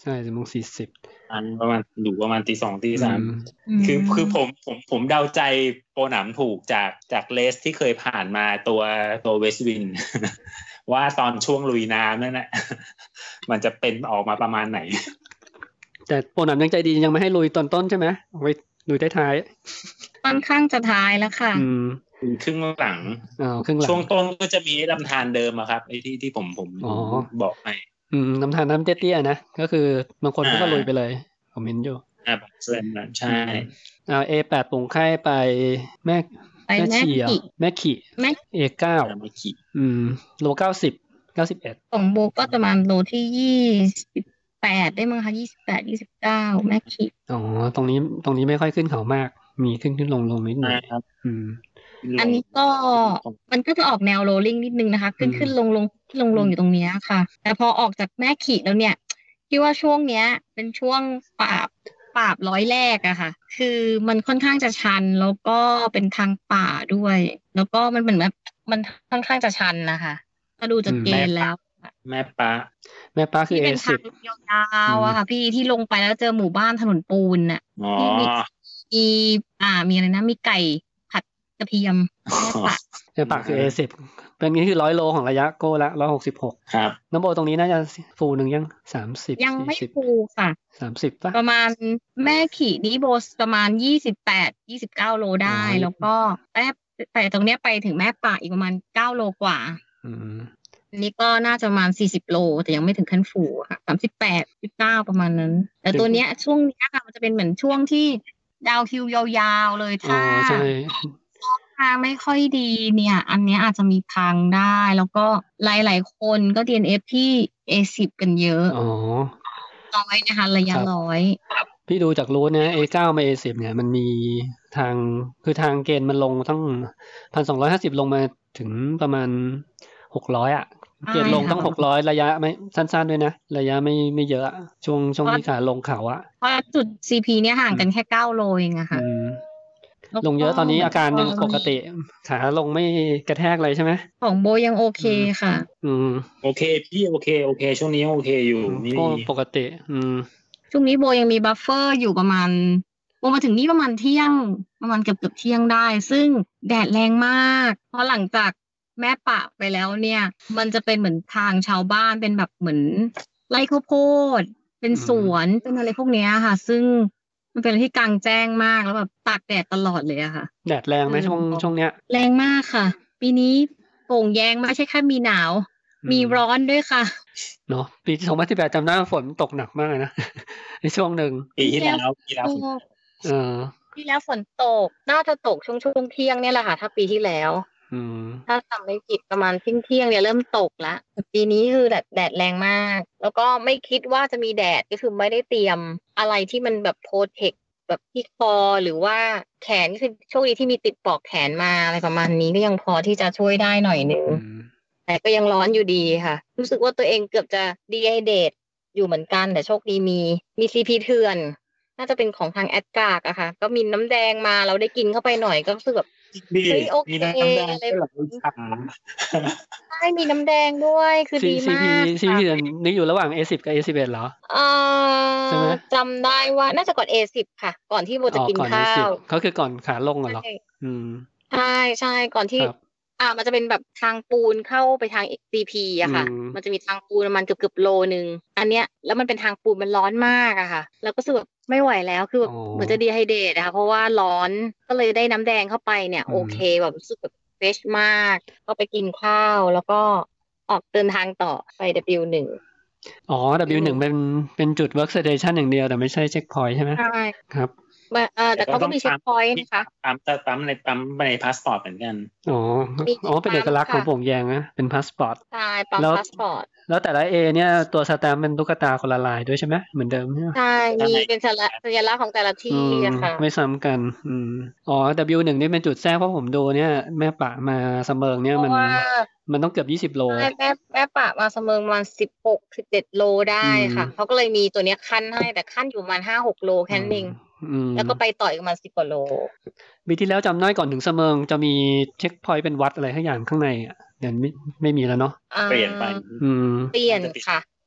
ช่สิบโมงสี่สิบอันประมาณอยู่ประมาณตีสองตีสามคือคือผมผมผมเดาใจโปรหนำถูกจากจากเลสที่เคยผ่านมาตัวตัวเวสต์วิน ว่าตอนช่วงลุยน้ำนั่นแหละมันจะเป็นออกมาประมาณไหนแต่โปรหนำยังใจดียังไม่ให้ลุยตอนต้นใช่ไหมเอาไว้ลุยท้ายๆค่อนข้างจะท้ายแล้วค่ะอืมครึ่งหลังอ๋อครึ่งหลังช่วงต้นก็จะมีลำธารเดิมอะครับไอ้ที่ที่ผมผมบอกให้อืมลำธารน้ำเตี้ยๆนะก็คือบางคนก็ลุยไปเลยผมเห็นอยู่อ่าเส้นนั้นใช่อ่า เอ แปด ปุ่งไข่ไปแม่แม่ขี่แม่ขี่ เอ เก้าแม่ขี่อืมโลเก้าสิบ เก้าสิบเอ็ดของโบก็ประมาณโลที่ยี่สิบแปดได้มั้งคะยี่สิบแปด ยี่สิบเก้าแม่ขี่อ๋อตรงนี้ตรงนี้ไม่ค่อยขึ้นเขามากมีขึ้นขึ้นลงลงนิดหน่อยครับอืมอันนี้ก็มันก็จะออกแนวโรลลิ่งนิดนึงนะคะขึ้นขึ้นลงลงขึ้นลงลงอยู่ตรงนี้ค่ะแต่พอออกจากแม่ขี่แล้วเนี่ยคิดว่าช่วงเนี้ยเป็นช่วงปราบปราบร้อยแรกอะค่ะคือมันค่อนข้างจะชันแล้วก็เป็นทางป่าด้วยแล้วก็มันเหมือนแบบมันค่อนข้างจะชันนะคะถ้าดูจากเกณฑ์แล้วแม่ป้าแม่ป้าคือเอ สิบ ยาวๆอะค่ะพี่ที่ลงไปแล้วเจอหมู่บ้านถนนปูนน่ะที่มีมีอ่ามีอะไรนะมีไก่ผัดกระเทียมแม่ปะแม่ปะคือ เอ สิบ เป็นนี้คือร้อยโลของระยะโก้ละหนึ่งร้อยหกสิบหกครับน้ำโบตรงนี้น่าจะฟูลนึงยังสามสิบยังไม่ฟูค่ะสามสิบป่ะประมาณแม่ขี่นี่โบประมาณยี่สิบแปด ยี่สิบเก้าโลได้แล้วก็แม่แต่ตรงเนี้ยไปถึงแม่ปะอีกประมาณเก้าโลกว่าอืมนี่ก็น่าจะประมาณสี่สิบโลแต่ยังไม่ถึงขั้นฟูค่ะสามสิบแปด สิบเก้าประมาณนั้นแต่ตัวเนี้ยช่วงนี้ค่ะมันจะเป็นเหมือนช่วงที่ดาวคิวยาวๆเลยถ้าถ้าไม่ค่อยดีเนี่ยอันนี้อาจจะมีพังได้แล้วก็หลายๆคนก็ ดี เอ็น เอฟ ที่ เอ สิบ กันเยอะอ๋อร้อยนะคะระยะร้อยพี่ดูจากรู้นะ เอ เก้า มา เอ สิบ เนี่ยมันมีทางคือทางเกณฑ์มันลงตั้ง หนึ่งพันสองร้อยห้าสิบ ลงมาถึงประมาณหกร้อยอ่ะเกณฑ์ลงต้องหกร้อยระยะไม่สั้นๆด้วยนะระยะไม่ไม่เยอะช่วงช่วงที่ขาลงเขาอ่ะเพราะจุด ซี พี เนี่ยห่างกันแค่เก้าโลเองอะค่ะลงเยอะตอนนี้อาการยังปกติขาลงไม่กระแทกเลยใช่ไหมของโบยังโอเคค่ะอืมโอเคพี่โอเคโอเคช่วงนี้โอเคอยู่นี่ปกติอืมช่วงนี้โบยังมีบัฟเฟอร์อยู่ประมาณโบมาถึงนี่ประมาณเที่ยงประมาณเกือบเกือบเที่ยงได้ซึ่งแดดแรงมากเพราะหลังจากแม่ปะไปแล้วเนี่ยมันจะเป็นเหมือนทางชาวบ้านเป็นแบบเหมือนไร่ข้าวโพดเป็นสวนเป็นอะไรพวกนี้ค่ะซึ่งมันเป็นอะไรที่กลางแจ้งมากแล้วแบบตากแดดตลอดเลยอะค่ะแดดแรงไหมช่วงช่วงเนี้ยแรงมากค่ะปีนี้โป่งแยงไม่ใช่แค่มีหนาวมีร้อนด้วยค่ะเนาะปีสองพันสิบแปดจำได้ว่าฝนตกหนักมากเลยนะในช่วงหนึ่งปีที่แล้วปีแล้วเออปีแล้วฝนตกน่าจะตกช่วงช่วงเที่ยงเนี่ยแหละค่ะถ้าปีที่แล้วถ้าจำไม่ผิดประมาณเที่ยงเที่ยงเนี่ยเริ่มตกแล้วปีนี้คือแดดแดดแรงมากแล้วก็ไม่คิดว่าจะมีแดดก็คือไม่ได้เตรียมอะไรที่มันแบบโปรเทคแบบที่คอหรือว่าแขนคือโชคดีที่มีติดปลอกแขนมาอะไรประมาณนี้ก็ยังพอที่จะช่วยได้หน่อยนึงแต่ก็ยังร้อนอยู่ดีค่ะรู้สึกว่าตัวเองเกือบจะดีไฮเดรตอยู่เหมือนกันแต่โชคดีมีมีซีพีเถื่อนน่าจะเป็นของทางแอดกากอะค่ะก็มีน้ำแดงมาเราได้กินเข้าไปหน่อยก็รู้สึกแบบเฮ้ยโอเคอะไรแบบใช่มีน้ำแดงด้วยคือดีมากซีพีนี่อยู่ระหว่าง เอ สิบ กับ เอ สิบเอ็ด เหรอเออจำได้ว่าน่าจะก่อน เอ สิบ ค่ะก่อนที่โบจะกินข้าวก็คือก่อนขาลงเหรออืมใช่ใช่ก่อนที่อ่ามันจะเป็นแบบทางปูนเข้าไปทาง ซี พี อะค่ะมันจะมีทางปูนประมาณเกือบๆโลนึงอันเนี้ยแล้วมันเป็นทางปูนมันร้อนมากอะค่ะแล้วก็รู้สึกแบบไม่ไหวแล้วคือแบบเหมือนจะดีไฮเดรตนะคะเพราะว่าร้อนก็เลยได้น้ำแดงเข้าไปเนี่ยโอเคแบบรู้สึกแบบเฟรชมากก็ไปกินข้าวแล้วก็ออกเดินทางต่อไป ดับเบิลยู หนึ่งอ๋อ ดับเบิลยู หนึ่ง เป็นเป็นจุด work station อย่างเดียวแต่ไม่ใช่เช็คพอยต์ใช่ไหมใช่ครับเออแต่เขาก็มีเช็คพอยต์นะคะปั๊มปั๊มในปั๊มในพาสปอร์ตเหมือนกันอ๋ออ๋อเป็นเอกลักษณ์ของโป่งแยงนะเป็นพาสปอร์ตใช่ปั๊มพาสปอร์ตแล้วแต่ละ A เนี่ยตัวสแตมป์เป็นตุ๊กตาคนละลายด้วยใช่ไหมเหมือนเดิมใช่ไหมใช่มีเป็นสัญลักษณ์ของแต่ละที่ค่ะไม่ซ้ำกันอืมอ๋อ ดับเบิลยู หนึ่ง นี่เป็นจุดแทรกเพราะผมดูเนี่ยแม่ปะมาเสมิงเนี่ยมันมันต้องเกือบยี่สิบโลใช่แม่แม่ปะมาเสมิงประมาณสิบหก สิบเจ็ดโลได้ค่ะเขาก็เลยมีตัวเนี้ยขั้นให้แต่ขั้นอยู่ประมาณ ห้าหก โลแค่นั้นเองแล้วก็ไปต่ออีกประมาณสิบกว่าโลปีที่แล้วจำได้ก่อนถึงเสมิงจะมีเช็คพอยต์เป็นวัดอะไรทั้งอย่างข้างในอ่ะเดี๋ยวไม่ไม่มีแล้วเนาะเปลี่ยนไปอืมเปลี่ยนค่ะ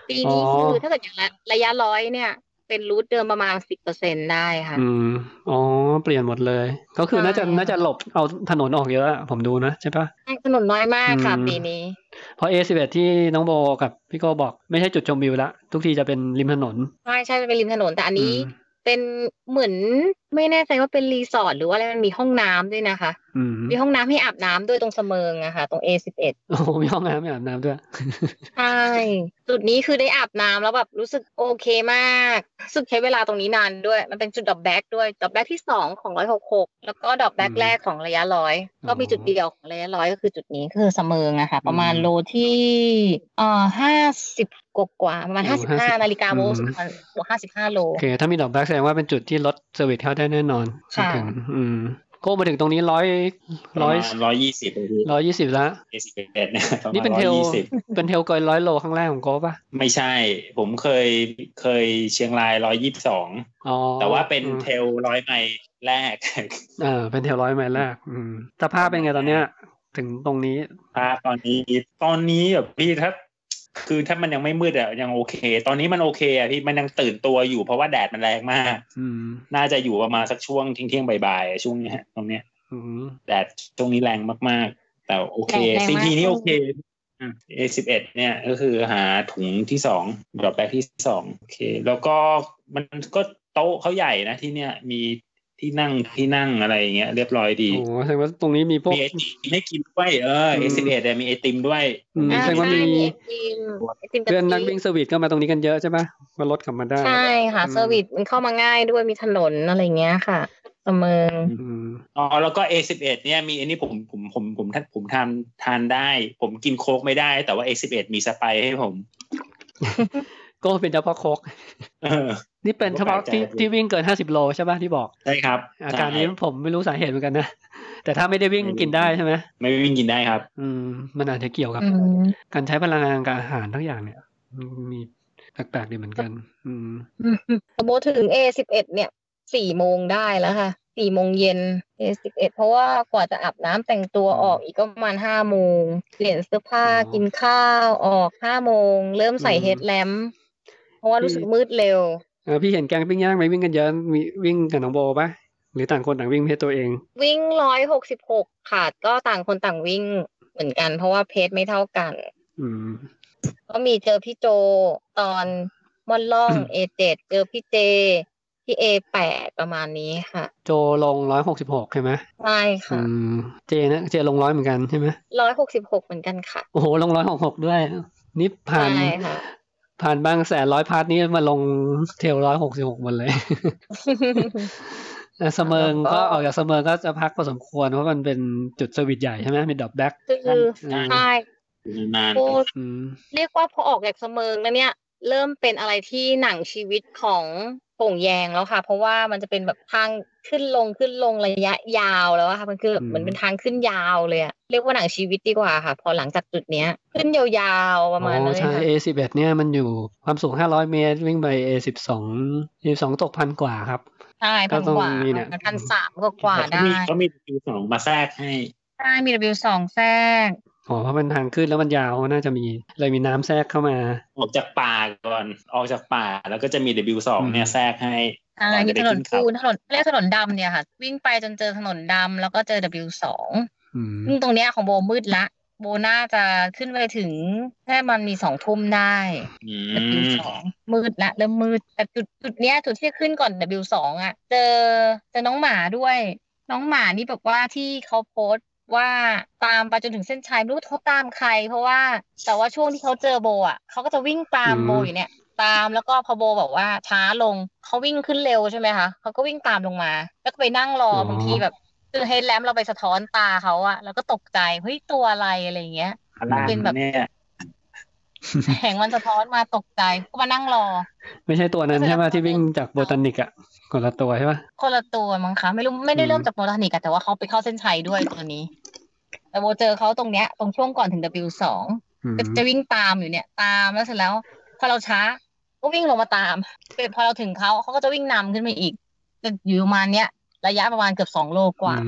ปีนี้คือถ้าเกิดอย่างระยะร้อยเนี่ยเป็นรูทเดิมประมาณ สิบเปอร์เซ็นต์ ได้ค่ะอืมอ๋อเปลี่ยนหมดเลยก็คือน่าจะน่าจะหลบเอาถนนออกเยอะผมดูนะใช่ปะถนนน้อยมากค่ะปีนี้เพราะ เอ สิบเอ็ด ที่น้องโบกับพี่โก้บอกไม่ใช่จุดชมวิวละทุกทีจะเป็นริมถนนใช่ใช่เป็นริมถนนแต่อันนี้เป็นเหมือนไม่แน่ใจว่าเป็นรีสอร์ทหรือว่าอะไรมันมีห้องน้ำด้วยนะคะมีห้องน้ำให้อาบน้ำด้วยตรงเสมิงอะค่ะตรง เอ สิบเอ็ดโอ้มีห้องน้ำให้อาบน้ำด้วยใช่จุดนี้คือได้อาบน้ำแล้วแบบรู้สึกโอเคมากรู้สึกใช้เวลาตรงนี้นานด้วยมันเป็นจุดดรอปแบ็กด้วยดรอปแบ็กที่สองของหนึ่งร้อยหกสิบหกแล้วก็ดรอปแบ็กแรกของระยะร้อยก็มีจุดเดียวของระยะร้อยก็คือจุดนี้คือเสมิงอะค่ะประมาณโลที่เอ่อห้าสิบกว่าประมาณห้าสิบห้านาฬิกาโมสุดประมาณห้าสิบห้าโลโอเคถ้ามีดรอปแบ็กแสดงว่าเป็นจุดที่รถเซอร์วิสเข้าได้แน่นอนค่ะอืมโก้มาถึงตรงนี้ร้อยร้อยร้อยยี่สิบร้อยยี่สิบแล้วเอ สิบเอ็ดเนี่ยนี่เป็นเทลเป็นเทลเกินร้อยโลครั้งแรกของโก้ป่ะไม่ใช่ผมเคยเคยเชียงรายร้อยยี่สิบสองแต่ว่าเป็นเทลร้อยไมล์แรกเออเป็นเทลร้อยไมล์แรกอืมสภาพเป็นไงตอนเนี้ยถึงตรงนี้ภาพตอนนี้ตอนนี้แบบพี่ถ้าคือถ้ามันยังไม่มืดอะยังโอเคตอนนี้มันโอเคอะพี่มันยังตื่นตัวอยู่เพราะว่าแดดมันแรงมากน่าจะอยู่ประมาณสักช่วงเที่ยงๆบ่ายๆช่วงนี้ตรงเนี้ยแดดช่วงนี้แรงมากๆแต่โอเค ซี พี นี่โอเค เอ สิบเอ็ด เนี่ยก็คือหาถุงที่สองดรอปแบ็กที่สองโอเคแล้วก็มันก็โต๊ะเขาใหญ่นะที่เนี่ยมีที่นั่งที่นั่งอะไรอย่างเงี้ยเรียบร้อยดีโอ้แสดงว่าตรงนี้มีพวกมีไอติมให้กินด้วยเออ เอ สิบเอ็ด เนี่ยมีไอติมด้วยแสดงว่ามีเพื่อนนักวิ่งเซอร์วิสก็มาตรงนี้กันเยอะใช่ปะมารถขับมาได้ใช่ค่ะเซอร์วิสมันเข้ามาง่ายด้วยมีถนนอะไรเงี้ยค่ะเสมิงอ๋อแล้วก็ เอ สิบเอ็ด เนี่ยมีอันนี้ผมผมผมผมผมผมทานทานได้ผมกินโค้กไม่ได้แต่ว่า เอ สิบเอ็ด มีสไปซ์ให้ผมก็เป็นเฉพาะโค้กนี่เป็นเฉพาะที่ที่วิ่งเกินห้าสิบโลใช่ป่ะที่บอกใช่ครับอาการนี้ผมไม่รู้สาเหตุเหมือนกันนะแต่ถ้าไม่ได้วิ่งกินได้ใช่ไหมไม่วิ่งกินได้ครับอืมมันอาจจะเกี่ยวกับการใช้พลังงานกับอาหารทั้งอย่างเนี่ยมีแปลกๆดีเหมือนกันอืมโบถึง เอ สิบเอ็ด เนี่ยสี่โมงได้แล้วค่ะสี่โมงเย็น เอ สิบเอ็ด เพราะว่ากว่าจะอาบน้ำแต่งตัวออกอีกก็ประมาณห้าโมงเปลี่ยนเสื้อผ้ากินข้าวออกห้าโมงเริ่มใส่เฮดแลมป์เพราะว่ารู้สึกมืดเร็วเออพี่เห็นแกงปิ้งย่างไหมวิ่งกันเยอะมีวิ่งกับน้องโบป่ะหรือต่างคนต่างวิ่งเพจตัวเองวิ่งหนึ่งร้อยหกสิบหกค่ะก็ต่างคนต่างวิ่งเหมือนกันเพราะว่าเพจไม่เท่ากันอืมก็มีเจอพี่โจตอนมอนล่อง เอ เจ็ด เจอพี่เจที่ เอ แปด ประมาณนี้ค่ะโจลงหนึ่งร้อยหกสิบหกใช่ไหมใช่ค่ะอืมเจนะเจลงร้อยเหมือนกันใช่ไหมหนึ่งร้อยหกสิบหกเหมือนกันค่ะโอ้โหลงหนึ่งร้อยหกสิบหกด้วยนี่ผ่านผ่านบางแสนร้อยพาร์ทนี้มาลงเทลหนึ่งร้อยหกสิบหกหมดเลยเสมิงก็ออกจากเสมิงก็จะพักพอสมควรเพราะมันเป็นจุดเซอร์วิสใหญ่ใช่ไหมมีดรอปแบ็กคือใช่เรียกว่าพอออกจากเสมิงแล้วเนี่ยเริ่มเป็นอะไรที่หนังชีวิตของโป่งแยงแล้วค่ะเพราะว่ามันจะเป็นแบบทางขึ้นลงขึ้นลงระยะยาวแล้วค่ะมันคือแบบเหมือนเป็นทางขึ้นยาวเลยอะเรียกว่าหนังชีวิตดีกว่าค่ะพอหลังจากจุดเนี้ยขึ้นยาวๆประมาณนั้นเลยค่ะ เอ สิบเอ็ด เนี่ยมันอยู่ความสูงห้าร้อยเมตรวิ่งไป เอ สิบสอง สิบสองตกพันกว่าครับใช่พันกว่าพันสามกว่าได้เขามี ดับเบิลยู สอง มาแทรกให้ใช่มี ดับเบิลยู สอง แทรกอ๋อเพราะมันทางขึ้นแล้วมันยาวน่าจะมีเลยมีน้ำแทรกเข้ามาออกจากป่าก่อนออกจากป่าแล้วก็จะมี ดับเบิลยู สอง เนี่ยแทรกให้อ่ามีถนนปูนถนนเรียกถนนดำเนี่ยค่ะวิ่งไปจนเจอถนนดำแล้วก็เจอ ดับเบิลยู สอง ซึ่งตรงเนี้ยของโบมืดละโบน่าจะขึ้นไปถึงแค่มันมีสองทุ่มได้ ดับเบิลยู สอง มืดละเริ่มมืดแต่จุดจุดเนี้ยจุดที่ขึ้นก่อน ดับเบิลยู สอง อ่ะเจอเจอน้องหมาด้วยน้องหมานี่แบบว่าที่เขาโพสต์ว่าตามไปจนถึงเส้นชัยไม่รู้เขาตามใครเพราะว่าแต่ว่าช่วงที่เขาเจอโบอ่ะเขาก็จะวิ่งตามโบอยู่เนี่ยตามแล้วก็พอโบบอกว่าช้าลงเขาวิ่งขึ้นเร็วใช่ไหมคะเขาก็วิ่งตามลงมาแล้วก็ไปนั่งรอบางทีแบบคือเฮดแลมป์เราไปสะท้อนตาเขาอะแล้วก็ตกใจเฮ้ยตัวอะไรอะไรเงี้ยเป็นแบบแสงมันสะท้อนมาตกใจก็มานั่งรอไม่ใช่ตัวนั้นใช่ไหมที่วิ่งจากโบตานิกอะคนละตัวใช่ปะคนละตัวมั้งคะไม่รู้ไม่ได้เริ่มจากโบตานิกอะแต่ว่าเขาไปเข้าเส้นชัยด้วยตัวนี้แต่โบเจอเขาตรงเนี้ยตรงช่วงก่อนถึง ดับเบิลยู สอง จะวิ่งตามอยู่เนี่ยตามแล้วเสร็จแล้วพอเราช้าก็วิ่งลงมาตามพอเราถึงเขาเขาก็จะวิ่งนำขึ้นมาอีกจะอยู่ประมาณเนี้ยระยะประมาณเกือบสองโลกว่า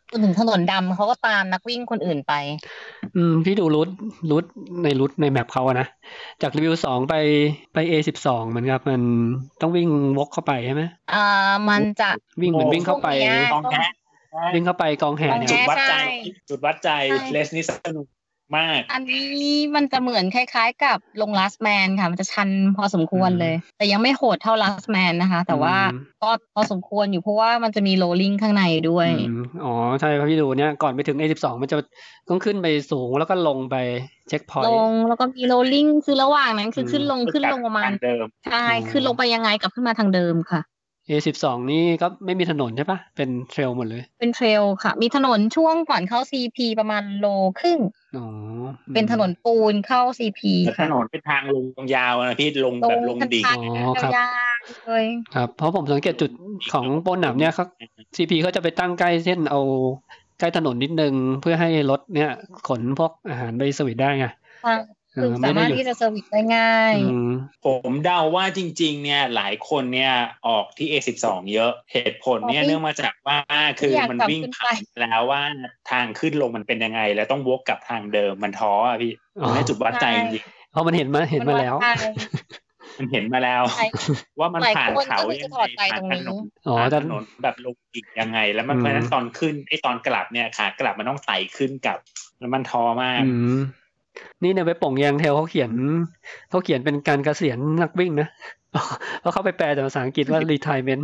จนถึงถนนดำเขาก็ตามนักวิ่งคนอื่นไปอืมพี่ดูรูทรูทในรูทในแมปเขาอะนะจากรีวิวสองไปไป เอ สิบสอง เหมือนกับมันต้องวิ่งวกเข้าไปใช่ไหมอ่ามันจะวิ่งเหมือนวิ่งเข้าไปกองแห่วิ่งเข้าไปกองแห่เนี่ยจุดวัดใจจุดวัดใจเลสนี่สนุกมากอันนี้มันจะเหมือนคล้ายๆกับลง Last Man ค่ะมันจะชันพอสมควรเลยแต่ยังไม่โหดเท่า Last Man นะคะแต่ว่าก็พอสมควรอยู่เพราะว่ามันจะมีโรลลิ่งข้างในด้วยอ๋อใช่ครับพี่ดูเนี่ยก่อนไปถึง เอ สิบสอง มันจะต้องขึ้นไปสูงแล้วก็ลงไปเช็คพอยต์ลงแล้วก็มีโรลลิ่งคือระหว่างนั้นคือขึ้นลงขึ้นลงประมาณใช่ขึ้นลงไปยังไงกลับขึ้นมาทางเดิมค่ะเอ สิบสอง นี่ก็ไม่มีถนนใช่ปะเป็นเทรลหมดเลยเป็นเทรลค่ะมีถนนช่วงก่อนเข้า ซี พี ประมาณโลครึ่งอ๋อเป็นถนนปูนเข้า ซี พีค่ะถนนเป็นทางลงยาวนะพี่ลงแบบลงดิ่งอ๋อครับครับเพราะผมสังเกตจุดของโปนหนามเนี่ยครับ ซี พี เขาจะไปตั้งใกล้เส้นเอาใกล้ถนนนิดนึงเพื่อให้รถเนี่ยขนพวกอาหารไปสวิตได้ไงคือสามารถที่จะเซอร์วิสได้ง่ายผมเดาว่าจริงๆเนี่ยหลายคนเนี่ยออกที่ เอ สิบสอง เยอะเหตุผลเนี่ยเนื่องมาจากว่าคือมันวิ่งผ่านแล้วว่าทางขึ้นลงมันเป็นยังไงแล้วต้องวกกลับทางเดิมมันท้ออ่ะพี่ไม่จุดวัดใจจริงๆเพราะมันเห็นมาเห็นมาแล้วมันเห็นมาแล้วว่ามันผ่านเขายังไงผ่านถนนถนนแบบลงอีกยังไงแล้วมันเพราะฉะนั้นตอนขึ้นไอ้ตอนกลับเนี่ยขากลับมันต้องไต่ขึ้นกลับแล้วมันท้อมากนี่ในเว็บป่งยางเทลเขาเขียนเขาเขียนเป็นการเกษียณนักวิ่งนะเพราะเขาไปแปลจากภาษาอังกฤษว่า retirement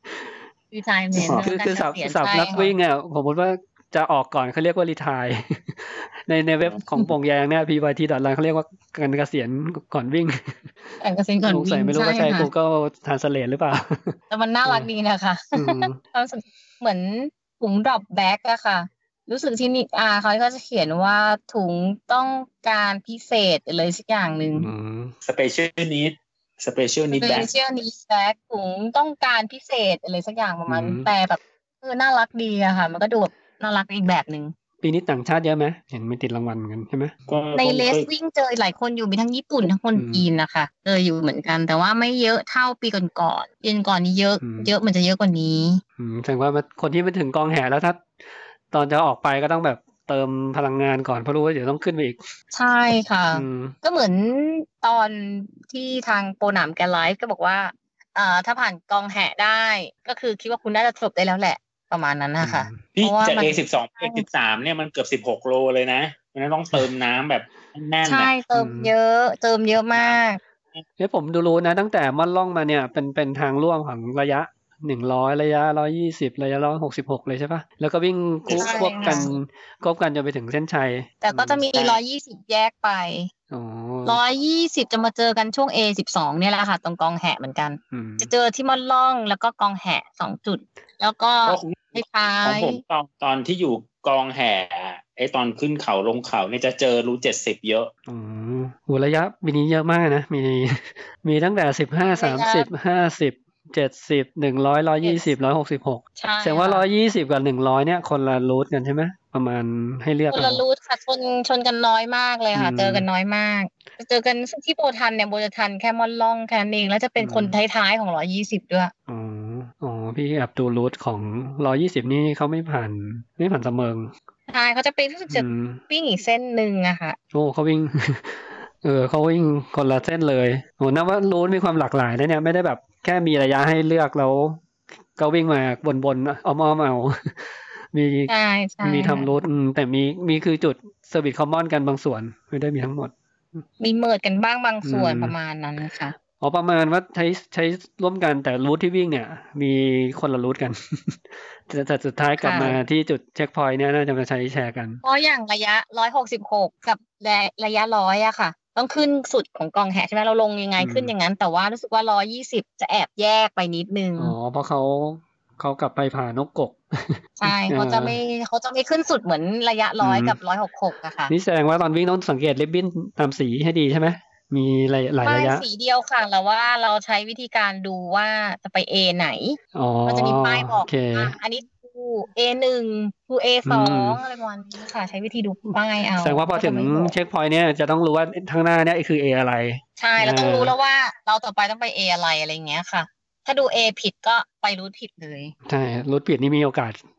retirement คือคือศัพท์ศัพท์นักวิ่งอ่ะผมคิดว่าจะออกก่อนเขาเรียกว่า retire ในในเว็บของป่งยางเนี่ย พี วาย ที ดอท ไลน์ เขาเรียกว่าการเกษียณก่อนวิ่งการเกษียณก่อนวิ่งไม่รู้ว่าใช่ Google Translate หรือเปล่าแต่มันน่ารักดีนะคะเหมือนถุง drop bag อะค่ะรู้สึกที่นี่อ่าเขาก็จะเขียนว่าถุงต้องการพิเศษอะไรสักอย่างหนึ่ง special need special need bag special need bag ถุงต้องการพิเศษอะไรสักอย่างประมาณแต่แบบเออน่ารักดีอะค่ะมันก็ดูแบบน่ารักอีกแบบนึงปีนี้ต่างชาติเยอะไหมเห็นมีติดรางวัลกันใช่ไหมในเลสวิ่งเจอหลายคนอยู่มีทั้งญี่ปุ่นทั้งคนจีนนะคะเจออยู่เหมือนกันแต่ว่าไม่เยอะเท่าปีก่อนๆปีก่อนนี้เยอะเยอะมันจะเยอะกว่านี้แสดงว่าคนที่ไปถึงกองแห่แล้วถ้าตอนจะออกไปก็ต้องแบบเติมพลังงานก่อนเพราะรู้ว่าเดี๋ยวต้องขึ้นไปอีกใช่ค่ะก็เหมือนตอนที่ทางโปรหนามแกไลฟ์ก็บอกว่าอ่าถ้าผ่านกองแห่ได้ก็คือคิดว่าคุณน่าจะจบได้แล้วแหละประมาณนั้นนะคะพี่จาก เอ สิบสอง เอ สิบสามเนี่ยมันเกือบสิบหกโลเลยนะมันต้องเติมน้ำแบบแน่นๆใช่เติมเยอะเติมเยอะมากเนี่ยผมดูรู้นะตั้งแต่ม่อนล่องมาเนี่ยเป็นเป็นทางล่วงของระยะหนึ่งร้อยระยะหนึ่งร้อยยี่สิบระยะหนึ่งร้อยหกสิบหกเลยใช่ปะแล้วก็วิ่งควบกันควบกันจนไปถึงเส้นชัยแต่ก็จะมีหนึ่งร้อยยี่สิบแยกไปอ๋อหนึ่งร้อยยี่สิบจะมาเจอกันช่วง เอ สิบสอง เนี่ยแหละค่ะตรงกองแห่เหมือนกันจะเจอที่ม่อนล่องแล้วก็กองแห่สองจุดแล้วก็ในท้ายของผมตอนตอนที่อยู่กองแห่ไอ้ตอนขึ้นเขาลงเขาเนี่ยจะเจอรูเจ็ดสิบเยอะอ๋อโหระยะมีนี้เยอะมากนะมีมีตั้งแต่สิบห้า สามสิบ ห้าสิบเจ็ดสิบ หนึ่งร้อย หนึ่งร้อยยี่สิบ หนึ่งร้อยหกสิบหกแสดงว่าหนึ่งร้อยยี่สิบกับหนึ่งร้อยเนี่ยคนละรูทกันใช่ไหมประมาณให้เลือกคนละรูทค่ะชนชนกันน้อยมากเลยค่ะเจอกันน้อยมากเจอกันที่โบทันเนี่ยโบจะทันแค่ม่อนล่องแค่นั้นเองแล้วจะเป็นคนท้ายๆของหนึ่งร้อยยี่สิบด้วยอ๋ออ๋อพี่แอบดูรูทของหนึ่งร้อยยี่สิบนี่เขาไม่ผ่านไม่ผ่านเสมิงใช่เขาจะเป็นรู้สึกจะวิ่งอีกเส้นนึงอะค่ะโอ้เขาวิ่งเออเขาวิ่งคนละเส้นเลยโหนับว่ารูทมีความหลากหลายนะเนี่ยไม่ได้แบบแค่มีระยะให้เลือกแล้วก็วิ่งมาบนๆอ้อมๆเอามีมีทำรูทแต่มีมีคือจุดเซอร์วิสคอมมอนกันบางส่วนไม่ได้มีทั้งหมดมีเมิร์จกันบ้างบางส่วนประมาณนั้นค่ะอ๋อประมาณว่าใช้ใช้ร่วมกันแต่รูทที่วิ่งเนี่ยมีคนละรูทกันแต่สุดท้ายกลับมาที่จุดเช็คพอยต์เนี่ยน่าจะมาใช้แชร์กันเพราะอย่างระยะหนึ่งร้อยหกสิบหกกับระยะหนึ่งร้อยอะค่ะต้องขึ้นสุดของกองแห่ใช่ไหมเราลงยังไงขึ้นอย่างนั้นแต่ว่ารู้สึกว่าหนึ่งร้อยยี่สิบจะแอบแยกไปนิดนึงอ๋อเพราะเขาเขากลับไปผ่านกกกใช่เขาจะไม่เขาจะไม่ขึ้นสุดเหมือนระยะร้อยกับหนึ่งร้อยหกสิบหกอะค่ะนี่แสดงว่าตอนวิ่งต้องสังเกตริบบิ้นตามสีให้ดีใช่ไหมมีหลายหลายระยะสีเดียวค่ะแต่ว่าเราใช้วิธีการดูว่าจะไป A ไหนมันจะมีป้ายบอกว่าอันนี้ทู เอ หนึ่ง ทู เอ สองอะไรประมาณนี้ค่ะใช้วิธีดูป้ายเอาแสดงว่าพอถึงเช็คพอยต์เนี่ยจะต้องรู้ว่าข้างหน้าเนี่ยคือ A อะไรใช่เราต้องรู้แล้วว่าเราต่อไปต้องไป A อะไรอะไรอย่างเงี้ยค่ะถ้าดู A ผิดก็ไปรูทผิดเลยใช่รูทผิดนี่มีโอกาส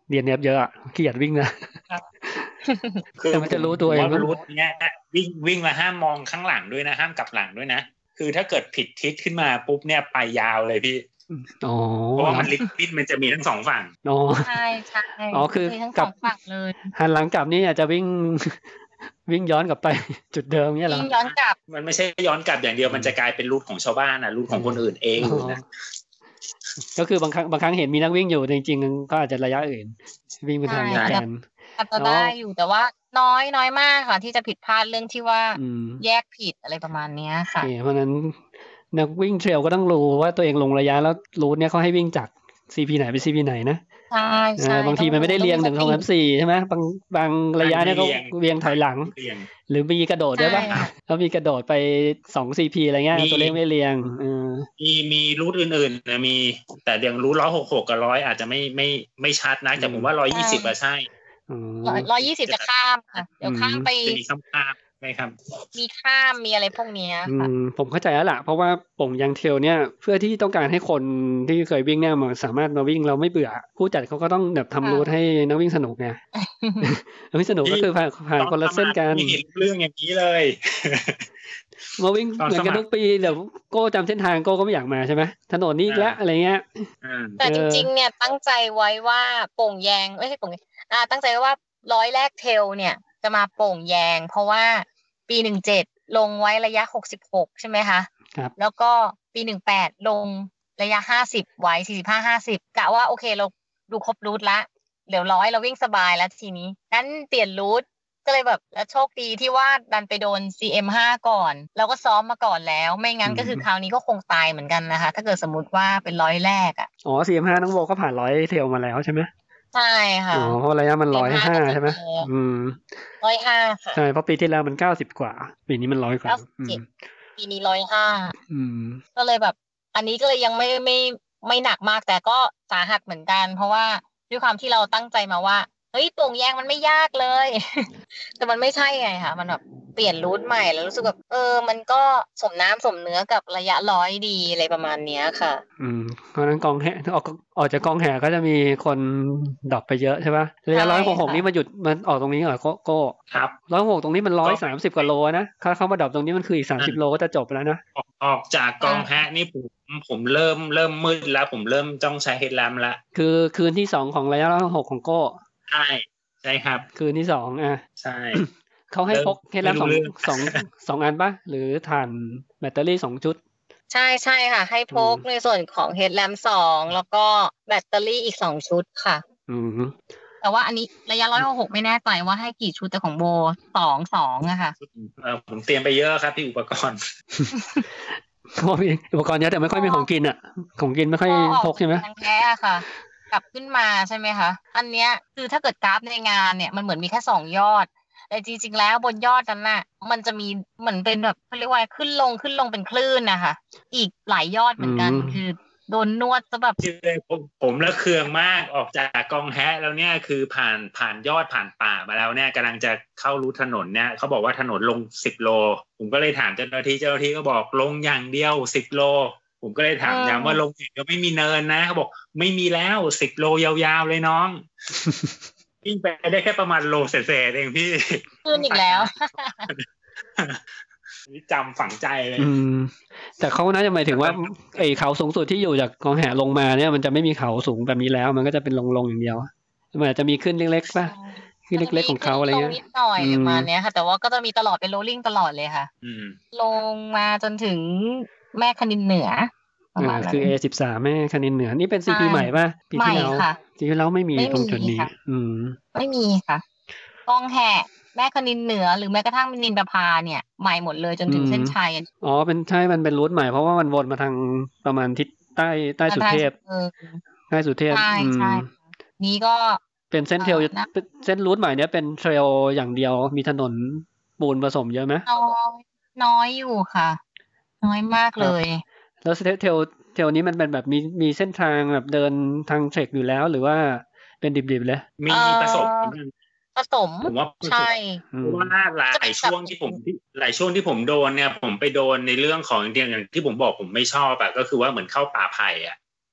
เดี เอ็น เอฟ เยอะอ่ะขี้เกียจวิ่งนะแต่มันจะรู้ตัวเองว่ารูทเนี้ยวิ่งวิ่งมาห้ามมองข้างหลังด้วยนะห้ามกลับหลังด้วยนะคือถ้าเกิดผิดทิศขึ้นมาปุ๊บเนี่ยไปยาวเลยพี่อ๋อเพราะว่ามันลิฟิตมันจะมีทั้งสองฝั่งอ๋อใช่ใช่อ๋อคือทั้งสองฝั่งเลยหันหลังกลับนี่อาจจะวิ่งวิ่งย้อนกลับไปจุดเดิมเนี่ยเหรอวิ่งย้อนกลับมันไม่ใช่ย้อนกลับอย่างเดียวมันจะกลายเป็นรูทของชาวบ้านนะรูทของคนอื่นเองนะก็คือบางครั้งบางครั้งเห็นมีนักวิ่งอยู่จริงๆก็อาจจะระยะอื่นวิ่งไปทางแกนอาจจะได้อยู่แต่ว่าน้อยน้อยมากค่ะที่จะผิดพลาดเรื่องที่ว่าแยกผิดอะไรประมาณนี้ค่ะเพราะนั้นนักวิ่งเทรลก็ต้องรู้ว่าตัวเองลงระยะแล้วรูทเนี่ยเขาให้วิ่งจาก ซี พี ไหนไป ซี พี ไหนนะใช่ใช่บางทีมันไม่ได้เรียงหนึ่ง สอง สาม สี่ใช่ไหมบางบางระยะเนี่ยก็เรียงถอยหลังหรือมีกระโดดด้วยป่ะเขามีกระโดดไปสอง ซี พี อะไรเงี้ยตัวเลขไม่เรียงมีมีรูทอื่นๆนะมีแต่เรียงรูทหนึ่งร้อยหกสิบหกกับหนึ่งร้อยอาจจะไม่ไม่ไม่ชัดนะแต่ผมว่าหนึ่งร้อยยี่สิบอ่ะใช่หนึ่งร้อยยี่สิบจะข้ามค่ะเดี๋ยวข้ามไปมีข้ามข้ามใช่ครับมีข้ามมีอะไรพวกนี้ค่ะผมเข้าใจแล้วล่ะเพราะว่าโป่งยางเทรลเนี่ยเพื่อที่ต้องการให้คนที่เคยวิ่งเนี่ยมาสามารถมาวิ่งเราไม่เบื่อผู้จัดเขาก็ต้องแบบทำรูทให้นักวิ่งสนุกไงนักวิ่งสนุกก็คือผ่านผ่านคนละเส้นกันมีเรื่องอย่างนี้เลยมาวิ่งเหมือนกันทุกปีเดี๋ยวโก้จำเส้นทางโก้ก็ไม่อยากมาใช่ไหมถนนนี้แล้วอะไรเงี้ยแต่จริงๆเนี่ยตั้งใจไว้ว่าโป่งแยงไม่ใช่โป่งอ่าตั้งใจว่าร้อยแรกเทรลเนี่ยจะมาโป่งแยงเพราะว่าปีสิบเจ็ดลงไว้ระยะหกสิบหกใช่ไหมคะครับแล้วก็ปีสิบแปดลงระยะห้าสิบไว้สี่สิบห้า ห้าสิบกะว่าโอเคเราดูครบรูทละเดี๋ยวร้อยเราวิ่งสบายแล้วทีนี้งั้นเปลี่ยนรูทก็เลยแบบแล้วโชคดีที่ว่าดันไปโดน ซี เอ็ม ห้า ก่อนแล้วก็ซ้อมมาก่อนแล้วไม่งั้นก็คือคราวนี้ก็คงตายเหมือนกันนะคะถ้าเกิดสมมุติว่าเป็นร้อยแรกอ่ะอ๋อ ซี เอ็ม ห้า น้องโบก็ผ่านร้อยเทรลมาแล้วใช่ไหมใช่ค่ะอ๋อเพราะระยะมันหนึ่งร้อยห้าใช่ไหมอืมหนึ่งร้อยห้าค่ะใช่เพราะปีที่แล้วมันเก้าสิบกว่าปีนี้มันร้อยกว่าปีนี้หนึ่งร้อยห้าอืมก็เลยแบบอันนี้ก็เลยยังไม่ไม่ไม่หนักมากแต่ก็สาหัสเหมือนกันเพราะว่าด้วยความที่เราตั้งใจมาว่าเฮ้ยโป่งแยงมันไม่ยากเลยแต่มันไม่ใช่ไงค่ะมันแบบเปลี่ยนรูทใหม่แล้วรู้สึกแบบเออมันก็สมน้ำสมเนื้อกับระยะร้อยดีอะไรประมาณเนี้ยค่ะอืมเพราะนั้นกองแห่ออกออกจากกองแห่ก็จะมีคนดรอปไปเยอะใช่ป่ะระยะร้อยหกหกนี่มาหยุดมันออกตรงนี้เหรอโก้โก้ครับร้อยหกตรงนี้มันร้อยสามสิบกว่าโลนะถ้าเข้ามาดรอปตรงนี้มันคืออีกสามสิบโลก็จะจบแล้วนะออกจากกองแห่นี่ผมผมเริ่มเริ่มมืดแล้วผมเริ่มต้องใช้เฮดแลมป์ละคือคืนที่สองของระยะร้อยหกของโก้ใช่ใช่ครับคืนที่สองอ่ะใช่เขาให้พกเฮดแลมป์สองสองสองอันป่ะหรือถ่านแบตเตอรี่สองชุดใช่ใช่ค่ะให้พกในส่วนของเฮดแลมป์สองแล้วก็แบตเตอรี่อีกสองชุดค่ะอืมแต่ว่าอันนี้ระยะร้อยหกไม่แน่ใจว่าให้กี่ชุดแต่ของโบสองสองอะค่ะเออผมเตรียมไปเยอะครับที่อุปกรณ์ก็มีอุปกรณ์เยอะแต่ไม่ค่อยมีของกินอ่ะของกินไม่ค่อยพกใช่ไหมแท้ค่ะกลับขึ้นมาใช่ไหมคะอันเนี้ยคือถ้าเกิดกราฟในงานเนี่ยมันเหมือนมีแค่สองยอดแต่จริงๆแล้วบนยอดนั้นน่ะมันจะมีเหมือนเป็นแบบเขาเรียกว่าขึ้นลงขึ้นลงเป็นคลื่นนะคะอีกหลายยอดเหมือนกันคือโดนนวดซะแบบผมผมละเคืองมากออกจากกองแฮะแล้วเนี่ยคือผ่านผ่านยอดผ่านป่ามาแล้วเนี่ยกำลังจะเข้ารูถนนเนี่ยเขาบอกว่าถนนลงสิบโลผมก็เลยถามเจ้าหน้าที่เจ้าหน้าที่ก็บอกลงอย่างเดียวสิบโลผมก็เลยถามย้ำว่าลงอีกก็ไม่มีเนินนะเขาบอกไม่มีแล้วสิบโลยาวๆเลยน้องวิ่งไปได้แค่ประมาณโลเศษๆเองพี่ขึ้นอีกแล้วนี่จำฝังใจเลยอืมแต่เขาน่าจะหมายถึงว่าไอ้เขาสูงสุดที่อยู่จากกองแห่ลงมาเนี่ยมันจะไม่มีเขาสูงแบบนี้แล้วมันก็จะเป็นลงๆอย่างเดียวมันอาจจะมีขึ้นเล็กๆป่ะขึ้นเล็กๆของเขาอะไรเงี้ยนิดหน่อยประมาณนี้ค่ะแต่ว่าก็จะมีตลอดเป็นโรลลิ่งตลอดเลยค่ะลงมาจนถึงแม่คณินเหนืออ่าคือ เอ สิบสาม แม่คณินเหนือนี่เป็น ซี พี ใหม่ป่ะปีที่แล้วปีที่แล้วไม่มีตรงจุดนี้อืมไม่มีค่ะกองแห่แม่คณินเหนือหรือแม้กระทั่งนินประภาเนี่ยใหม่หมดเลยจนถึงเส้นชัยอ๋อเป็นใช่มันเป็นรูทใหม่เพราะว่ามันวนมาทางประมาณทิศใต้ใต้สุเทพใต้สุเทพใช่ใช่นี้ก็เป็นเส้นเทรลเส้นรูทใหม่เนี้ยเป็นเทรลอย่างเดียวมีถนนปูนผสมเยอะไหมน้อยน้อยอยู่ค่ะน้อยมากเลยแล้วเทรลเทรลนี้มันเป็นแบบมีมีเส้นทางแบบเดินทางเทรคอยู่แล้วหรือว่าเป็นดิบๆเลยมีผสมผสมผมว่าใช่เพราะว่าหลายช่วงที่ผมหลายช่วงที่ผมโดนเนี่ยผมไปโดนในเรื่องของอย่างที่ผมบอกผมไม่ชอบอะก็คือว่าเหมือนเข้าป่าไผ่อะ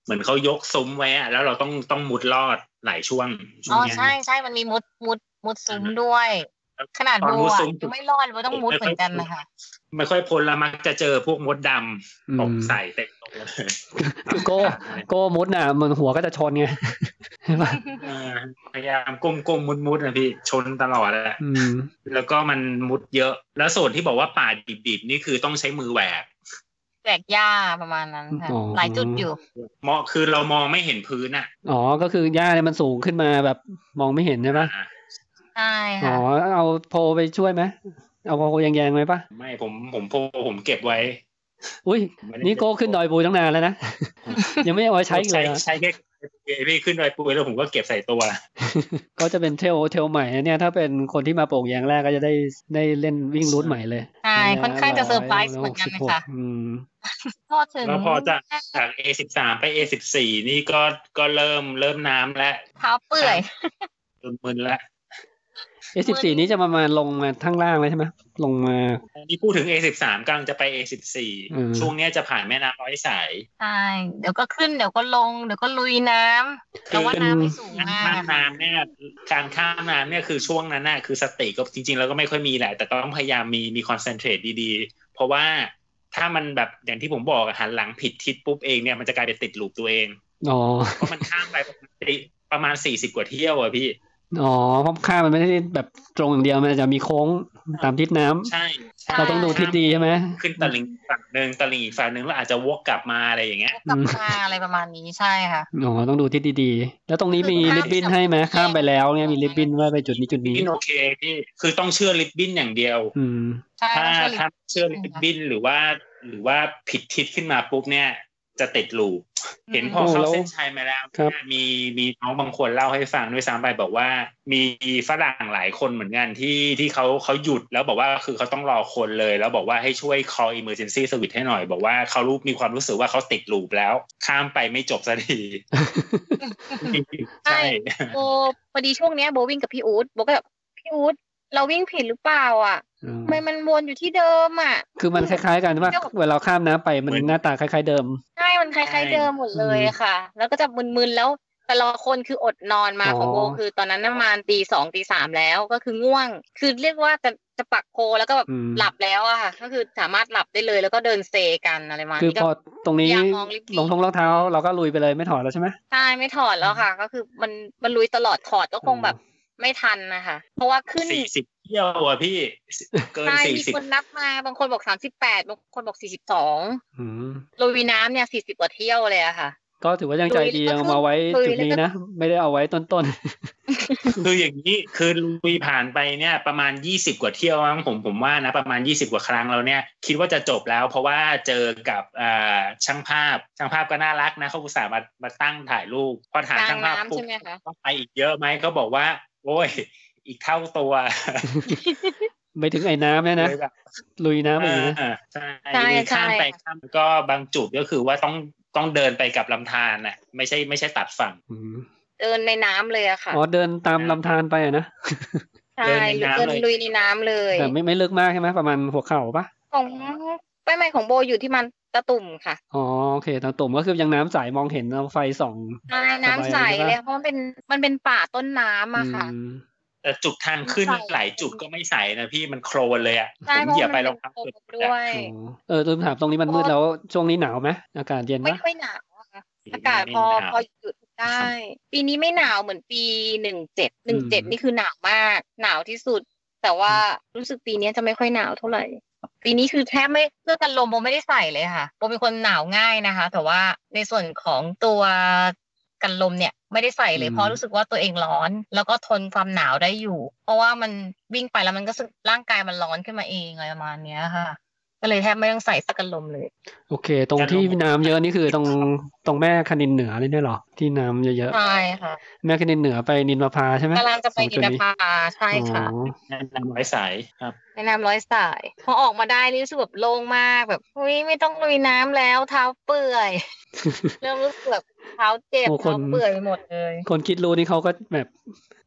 เหมือนเขายกซุ้มไว้อะแล้วเราต้องต้องมุดลอดหลายช่วงอ๋อใช่ใช่มันมีมุดมุดมุดซุ้มด้วยขนาดโบอ่ะยังไม่รอดโบต้องมุดเหมือนกันนะคะไม่ค่อยพ้นแล้วมักจะเจอพวกมดดำตกใส่เต็มตัวเลยโก้โก้มุดน่ะมันหัวก็จะชนไงพยายามก้มก้มมุดมุดนะพี่ชนตลอดแหละแล้วก็มันมุดเยอะแล้วส่วนที่บอกว่าป่าดิบๆนี่คือต้องใช้มือแหวกแหวกหญ้าประมาณนั้นค่ะหลายจุดอยู่มองคือเรามองไม่เห็นพื้นอ่ะอ๋อก็คือหญ้าเนี่ยมันสูงขึ้นมาแบบมองไม่เห็นใช่ปะใช่ค่ะอ๋อเอาโพไปช่วยไหมเอาโพแยงๆไหมปะไม่ผมผมโพผมเก็บไว้อุ้ยนี่โก้ขึ้นดอยปุยตั้งนานแล้วนะยังไม่เอาไว้ใช้เลยใช้แค่พี่ขึ้นดอยปุยแล้วผมก็เก็บใส่ตัวก็จะเป็นเทลเทลใหม่เนี่ยถ้าเป็นคนที่มาโป่งแยงแรกก็จะได้ได้เล่นวิ่งรูทใหม่เลยใช่ค่อนข้างจะเซอร์ไพรส์เหมือนกันนะคะพอถึงแล้วพอจากจาก เอ สิบสาม ไป เอ สิบสี่ นี่ก็ก็เริ่มเริ่มน้ำแล้วเท้าเปื่อยมึนๆแล้วเอ สิบสี่ นี้จะประมาณลงมาข้างล่างเลยใช่ไหมลงมานี่พูดถึง เอ สิบสาม กำลังจะไป เอ สิบสี่ ช่วงนี้จะผ่านแม่น้ำร้อยสายใช่เดี๋ยวก็ขึ้นเดี๋ยวก็ลงเดี๋ยวก็ลุยน้ำแต่ว่าน้ำไม่สูงมากน้ำเนี่ยการข้ามน้ำเนี่ยคือช่วงนั้นน่ะคือสติก็จริงๆแล้วก็ไม่ค่อยมีแหละแต่ต้องพยายามมีมีคอนเซนเทรตดีๆเพราะว่าถ้ามันแบบอย่างที่ผมบอกหันหลังผิดทิศปุ๊บเองเนี่ยมันจะกลายเป็นติดลูปตัวเองอ๋อเพราะมันข้ามไปประมาณสี่สิบกว่าเที่ยวอ่ะพี่อ๋อเพราะข้ามมันไม่ได้แบบตรงอย่างเดียวมันจะมีโค้งตามทิศน้ำใช่เราต้องดูทิศดีใช่ไหมขึ้นตะลิงฝั่งนึงตะลิงอีกฝั่งนึงแล้วอาจจะวกกลับมาอะไรอย่างเงี้ยกลับมาอะไรประมาณนี้ใช่ค่ะอ๋อต้องดูทิศดีๆแล้วตรงนี้มีริบบิ้นให้ไหมข้ามไปแล้วเนี่ยมีริบบิ้นว่าไปจุดนี้จุดนี้โอเคพี่คือต้องเชื่อริบบิ้นอย่างเดียวถ้าถ้าเชื่อริบบิ้นหรือว่าหรือว่าผิดทิศขึ้นมาปุ๊บเนี่ยจะติดลูปเห็นพอเข้าเส้นชัยมาแล้วมีมีน้องบางคนเล่าให้ฟังด้วยซ้ำไปบอกว่ามีฝรั่งหลายคนเหมือนกันที่ที่เขาเขาหยุดแล้วบอกว่าคือเขาต้องรอคนเลยแล้วบอกว่าให้ช่วย call emergency service ให้หน่อยบอกว่าเขารู้มีความรู้สึกว่าเขาติดลูปแล้วข้ามไปไม่จบสักทีใช่โบพอดีช่วงนี้โบวิ่งกับพี่อู๊ดโบก็แบบพี่อู๊ดเราวิ่งผิดหรือเปล่าอ่ะทำไมมันวนอยู่ที่เดิมอ่ะคือมันคล้ายๆกันว่าเวลาข้ามน้ำไปมันหน้าตาคล้ายๆเดิมใช่มันคล้ายๆเดิมหมดเลยค่ะแล้วก็จะมึนๆแล้วแต่ละคนคืออดนอนมาของโบคือตอนนั้นประมาณตีสองตีสามแล้วก็คือง่วงคือเรียกว่าจะจะปักโพแล้วก็แบบหลับแล้วอะค่ะก็คือสามารถหลับได้เลยแล้วก็เดินเซกันอะไรมาคือพอตรงนี้ลงทงรองเท้าเราก็ลุยไปเลยไม่ถอดแล้วใช่ไหมใช่ไม่ถอดแล้วค่ะก็คือมันมันลุยตลอดถอดก็คงแบบไม่ทันนะคะเพราะว่าขึ้นสี่สิบเที่ยวอ่ะพี่เกินสี่สิบมีคนนับมาบางคนบอกสามสิบแปดบางคนบอกสี่สิบสองอืมลุยน้ำเนี่ยสี่สิบกว่าเที่ยวเลยอะค่ะก็ถือว่ายังใจดียังมาไว้จุดนี้นะไม่ได้เอาไว้ต้นๆคืออย่างนี้คือลุยผ่านไปเนี่ยประมาณยี่สิบกว่าเที่ยวมั้งผมผมว่านะประมาณยี่สิบกว่าครั้งแล้วเนี่ยคิดว่าจะจบแล้วเพราะว่าเจอกับอ่าช่างภาพช่างภาพก็น่ารักนะเขาอุตส่าห์มามาตั้งถ่ายรูปพอถามช่างภาพปุ๊บต้องไปอีกเยอะไหมเขาบอกว่าโอ้ยอีกเท่าตัวไม่ถึงไอ้น้ำเนี่ยนะลุยน้ำอีกนะใช่ลุยข้ามไปข้ามก็บางจุดก็คือว่าต้องต้องเดินไปกับลำธารน่ะไม่ใช่ไม่ใช่ตัดฝั่งเดินในน้ำเลยอะค่ะอ๋อเดินตามลำธารไปอะนะใช่เดินลุยในน้ำเลยแต่ไม่ไม่ลึกมากใช่ไหมประมาณหัวเข่าปะของไม่ไม่ของโบอยู่ที่มันตะตุ่มค่ะอ๋อโอเคตะตุ่มก็คือยังน้ำใสมองเห็นไฟส่องใช่น้ำใสเลยเพราะมันเป็นมันเป็นป่าต้นน้ำอะค่ะแต่จุดทางขึ้นหลายจุดก็ไม่ใสนะพี่มันโคลนเลยอ่ะผมเหยียบไปรองเท้าด้วยเออตูมถามตรงนี้มันมืดแล้วช่วงนี้หนาวไหมอากาศเย็นไหมไม่ค่อยหนาวค่ะอากาศพอพอหยุดได้ปีนี้ไม่หนาวเหมือนปีหนึ่งเจ็ดหนึ่งเจ็ดนี่คือหนาวมากหนาวที่สุดแต่ว่ารู้สึกปีนี้จะไม่ค่อยหนาวเท่าไหร่ปีนี้คือแทบไม่เสื้อกันลมโบไม่ได้ใส่เลยค่ะโบเป็นคนหนาวง่ายนะคะแต่ว่าในส่วนของตัวกันลมเนี่ยไม่ได้ใส่เลยเพราะรู้สึกว่าตัวเองร้อนแล้วก็ทนความหนาวได้อยู่เพราะว่ามันวิ่งไปแล้วมันก็ร่างกายมันร้อนขึ้นมาเองอะไรประมาณนี้ค่ะก็เลยแทบไม่ต้องใส่เสื้อกันลมเลยโอเคตรงที่น้ำเยอะนี่คือตรงตรงแม่คณินเหนือนี่ด้วยหรอที่น้ำเยอะๆใช่ค่ะแม่คณินเหนือไปนินประภาใช่ไหมกำลังจะไปนินประภาใช่ค่ะแนะนำร้อยสายครับแนะนำร้อยสายพอออกมาได้นี่รู้สึกแบบโล่งมากแบบเฮ้ยไม่ต้องลุยน้ำแล้วเท้าเปื่อยเริ่มรู้สึกแบบเท้าเจ็บเท้าเปื่อยไปหมดเลยคนคิดรู้นี่เขาก็แบบ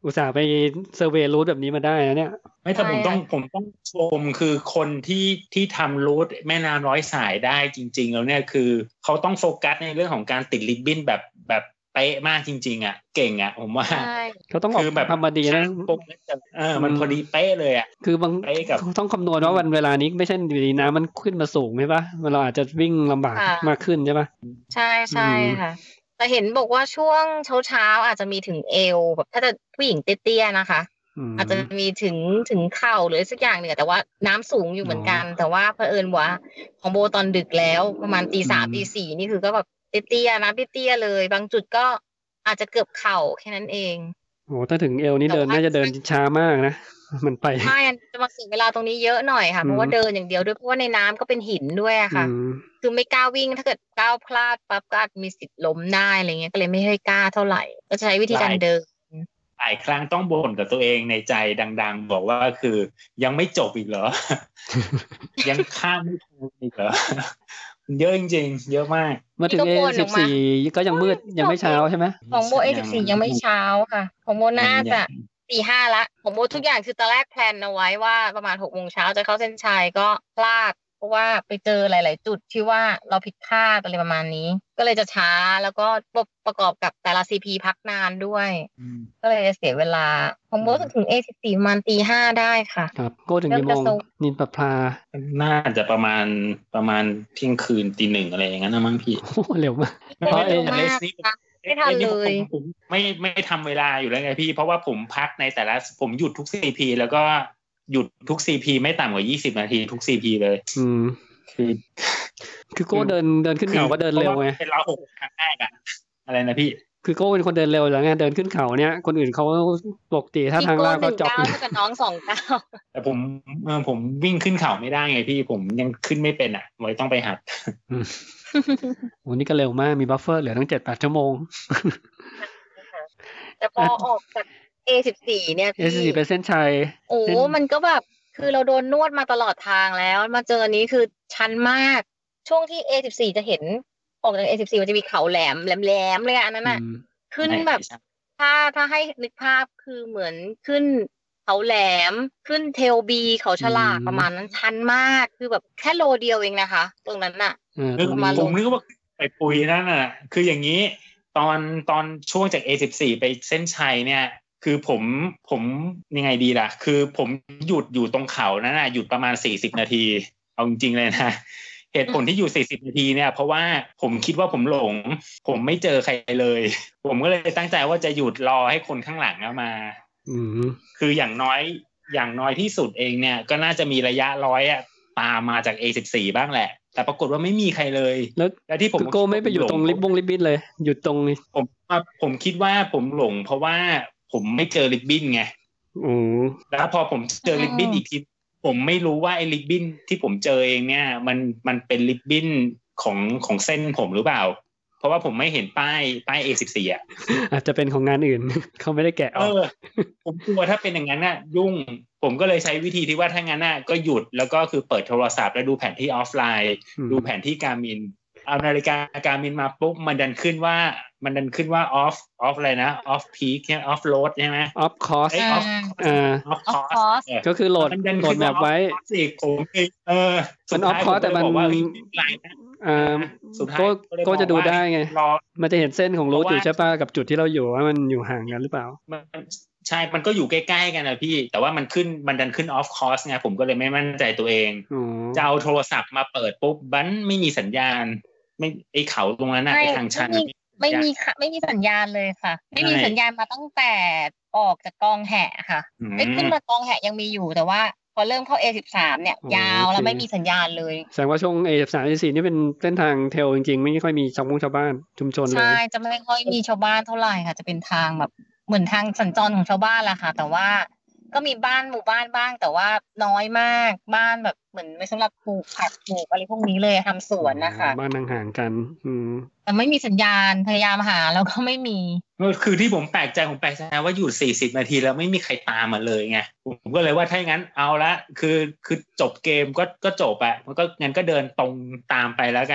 อุตส่าห์ไปเซอร์เวย์รูทแบบนี้มาได้นะเนี่ยไม่แต่ผมต้องผมต้องชมคือคนที่ที่ทำรูทแม่น้ำร้อยสายได้จริงๆแล้วเนี่ยคือเขาต้องโฟกัสในเรื่องของการติดริบบิ้นแบบแบบเป๊ะมากจริงๆอ่ะเก่งอ่ะผมว่าเขาต้องออกแบบทำมาดีนะเออมันพอดีเป๊ะเลยอ่ะคือบางเขาต้องคำนวณว่าวันเวลานี้ไม่ใช่อยู่ดีน้ำมันขึ้นมาสูงใช่ปะเราอาจจะวิ่งลำบากมากขึ้นใช่ปะใช่ใช่ค่ะแต่เห็นบอกว่าช่วงเช้าๆอาจจะมีถึงเอวแบบถ้าจะผู้หญิงเตี้ยๆนะคะอาจจะมีถึงถึงเข่าหรือสักอย่างหนึ่งแต่ว่าน้ำสูงอยู่เหมือนกันแต่ว่าเผอิญว่าของโบตอนดึกแล้วประมาณตีสามตีสี่นี่คือก็แบบเตี้ยๆน้ำเตี้ยๆเลยบางจุดก็อาจจะเกือบเข่าแค่นั้นเองโอ้ถ้าถึงเอวนี่เดินน่าจะเดินช้ามากนะมันไปใช่จะมาเสียเวลาตรงนี้เยอะหน่อยค่ะเพราะว่าเดินอย่างเดียวด้วยเพราะว่าในน้ำก็เป็นหินด้วยอะค่ะคือไม่กล้าวิ่งถ้าเกิดก้าวพลาดปั๊บก็อาจมีสิทธิ์ล้มได้อะไรเงี้ยก็เลยไม่ค่อยกล้าเท่าไหร่ก็ใช้วิธีการเดินหลายครั้งต้องบ่นกับตัวเองในใจดังๆบอกว่าคือยังไม่จบอีกเหรอ ยังข้ามไม่ทันอีกเหรอเยอะจริงๆเยอะมากมาถึง เอ สิบสี่ ก็ยังมืดยังไม่เช้าใช่ไหมของโบ เอ สิบสี่ ยังไม่เช้าค่ะของโบน่าจะตีห้าละของโบทุกอย่างคือตอนแรกแพลนเอาไว้ว่าประมาณหกโมงเช้าจะเข้าเส้นชัยก็พลาดเพราะว่าไปเจอหลายๆจุดที่ว่าเราผิดคาดอะไรประมาณนี้ก็เลยจะช้าแล้วก็ประกอบกับแต่ละ ซี พี พักนานด้วยก็เลยจะเสียเวลาของโบถึง เอ สิบสี่ ประมาณตีห้าได้ค่ะครับโก้ถึงกี่โมงนินปะพลาน่าจะประมาณประมาณเที่ยงคืนตีหนึ่งอะไรอย่างนั้นนะมั้งพี่เร็วมากเพราะเอเลสนี่ไม่ทันเลยไม่ไม่ทำเวลาอยู่แล้วไงพี่เพราะว่าผมพักในแต่ละผมหยุดทุก ซี พี แล้วก็หยุดทุก ซี พี ไม่ต่ำกว่ายี่สิบนาทีทุก ซี พี เลยอืมคือคือโก้เดินเดินขึ้นเขาก็เดินเร็วไงเป็นเราหกครั้งแรกอะอะไรนะพี่คือโก้เป็นคนเดินเร็วแล้วไงเดินขึ้นเขาเนี้ยคนอื่นเขาปกติถ้าทางลาดก็จ็อกเท่ากับน้องสองเก้าแต่ผมเออผมวิ่งขึ้นเขาไม่ได้ไงพี่ผมยังขึ้นไม่เป็นอ่ะไว้ต้องไปหัดโอ้นี่ก็เร็วมากมีบัฟเฟอร์เหลือตั้ง เจ็ดแปด ชั่วโมงแต่พอออกจาก เอ สิบสี่ เนี่ยเอ สิบสี่ เป็นเส้นชัยโอ้มันก็แบบคือเราโดนนวดมาตลอดทางแล้วมาเจออันนี้คือชันมากช่วงที่ เอ สิบสี่ จะเห็นออกจาก เอ สิบสี่ มันจะมีเขาแหลมแหลมๆเลยอันนั้นน่ะขึ้นแบบถ้าถ้าให้นึกภาพคือเหมือนขึ้นเขาแหลมขึ้นเทลบีเขาฉลากประมาณนั้นชันมากคือแบบแค่โลเดียวเองนะคะตรงนั้นน่ะผมนึกว่าไปปุยนั่นน่ะคืออย่างนี้ตอนตอนช่วงจาก เอ สิบสี่ ไปเส้นชัยเนี่ยคือผมผมยังไงดีล่ะคือผมหยุดอยู่ตรงเขานั้นน่ะหยุดประมาณสี่สิบนาทีเอาจริงๆเลยนะเหตุผลที่อยู่สี่สิบนาทีเนี่ยเพราะว่าผมคิดว่าผมหลงผมไม่เจอใครเลยผมก็เลยตั้งใจว่าจะหยุดรอให้คนข้างหลังมาคืออย่างน้อยอย่างน้อยที่สุดเองเนี่ยก็น่าจะมีระยะร้อยอ่ะตามมาจาก เอ สิบสี่ บ้างแหละแต่ปรากฏว่าไม่มีใครเลยแล้วแล้วที่ผมก็ไม่ไปอยู่ตรงลิบบงลิบบิ้นเลยหยุดตรงนี้ผมผมคิดว่าผมหลงเพราะว่าผมไม่เจอลิบบิ้นไงอือแล้วพอผมเจอลิบบิ้นอีกทีผมไม่รู้ว่าไอ้ริบบิ้นที่ผมเจอเองเนี่ยมันมันเป็นริบบิ้นของของเส้นผมหรือเปล่าเพราะว่าผมไม่เห็นป้ายป้าย เอ สิบสี่ อ่ะอาจจะเป็นของงานอื่นเขาไม่ได้แกะออกเออผมกลัวถ้าเป็นอย่างนั้นน่ะยุ่งผมก็เลยใช้วิธีที่ว่าถ้างั้นน่ะก็หยุดแล้วก็คือเปิดโทรศัพท์แล้วดูแผนที่ออฟไลน์ดูแผนที่ Garmin เอานาฬิกา Garmin มาปุ๊บมันดันขึ้นว่ามันดันขึ้นว่า off off อะไรนะ off peak ใช่ off load ใช่ไหม off cost เอ้ย off อ่า off cost ก็คือโหลดโหลดแมปไว้สิผมเออมัน off cost แต่มันอ่าก็ก็จะดูได้ไงมันจะเห็นเส้นของรูทอยู่ใช่ป่ะกับจุดที่เราอยู่ว่ามันอยู่ห่างกันหรือเปล่าใช่มันก็อยู่ใกล้ๆกันนะพี่แต่ว่ามันขึ้นมันดันขึ้น off cost ไงผมก็เลยไม่มั่นใจตัวเองจะเอาโทรศัพท์มาเปิดปุ๊บบันไม่มีสัญญาณไม่ไอเขาตรงนั้นนะไอทางชันไม่มีค่ะไม่มีสัญญาณเลยค่ะไม่มีสัญญาณมาตั้งแต่ออกจากกองแห่ค่ะไอ้ขึ้นมากองแห่ยังมีอยู่แต่ว่าพอเริ่มเข้า เอ สิบสาม เนี่ยยาวแล้วไม่มีสัญญาณเลยแสดงว่าช่วง เอ สิบสาม เอ สิบสี่ นี่เป็นเส้นทางเทรลจริงๆไม่ค่อยมีชาวบ้านชาวบ้านชุมชนเลยใช่จะไม่ค่อยมีชาวบ้านเท่าไหร่ค่ะจะเป็นทางแบบเหมือนทางสัญจรของชาวบ้านแหละค่ะแต่ว่าก็มีบ้านหมู่บ้านบ้างแต่ว่าน้อยมากบ้านแบบเหมือนไม่สำหรับปลูกผักปลูกอะไรพวกนี้เลยทำสวนนะคะบ้านห่างๆกันอืมแต่ไม่มีสัญญาณพยายามหาแล้วก็ไม่มีคือที่ผมแปลกใจผมแปลกใจว่าอยู่สี่สิบนาทีแล้วไม่มีใครตามมาเลยไงผมก็เลยว่าถ้าอย่างนั้นเอาละคือคือจบเกมก็ก็จบอ่ะมันก็งั้นก็เดินตรงตามไปแล้วกัน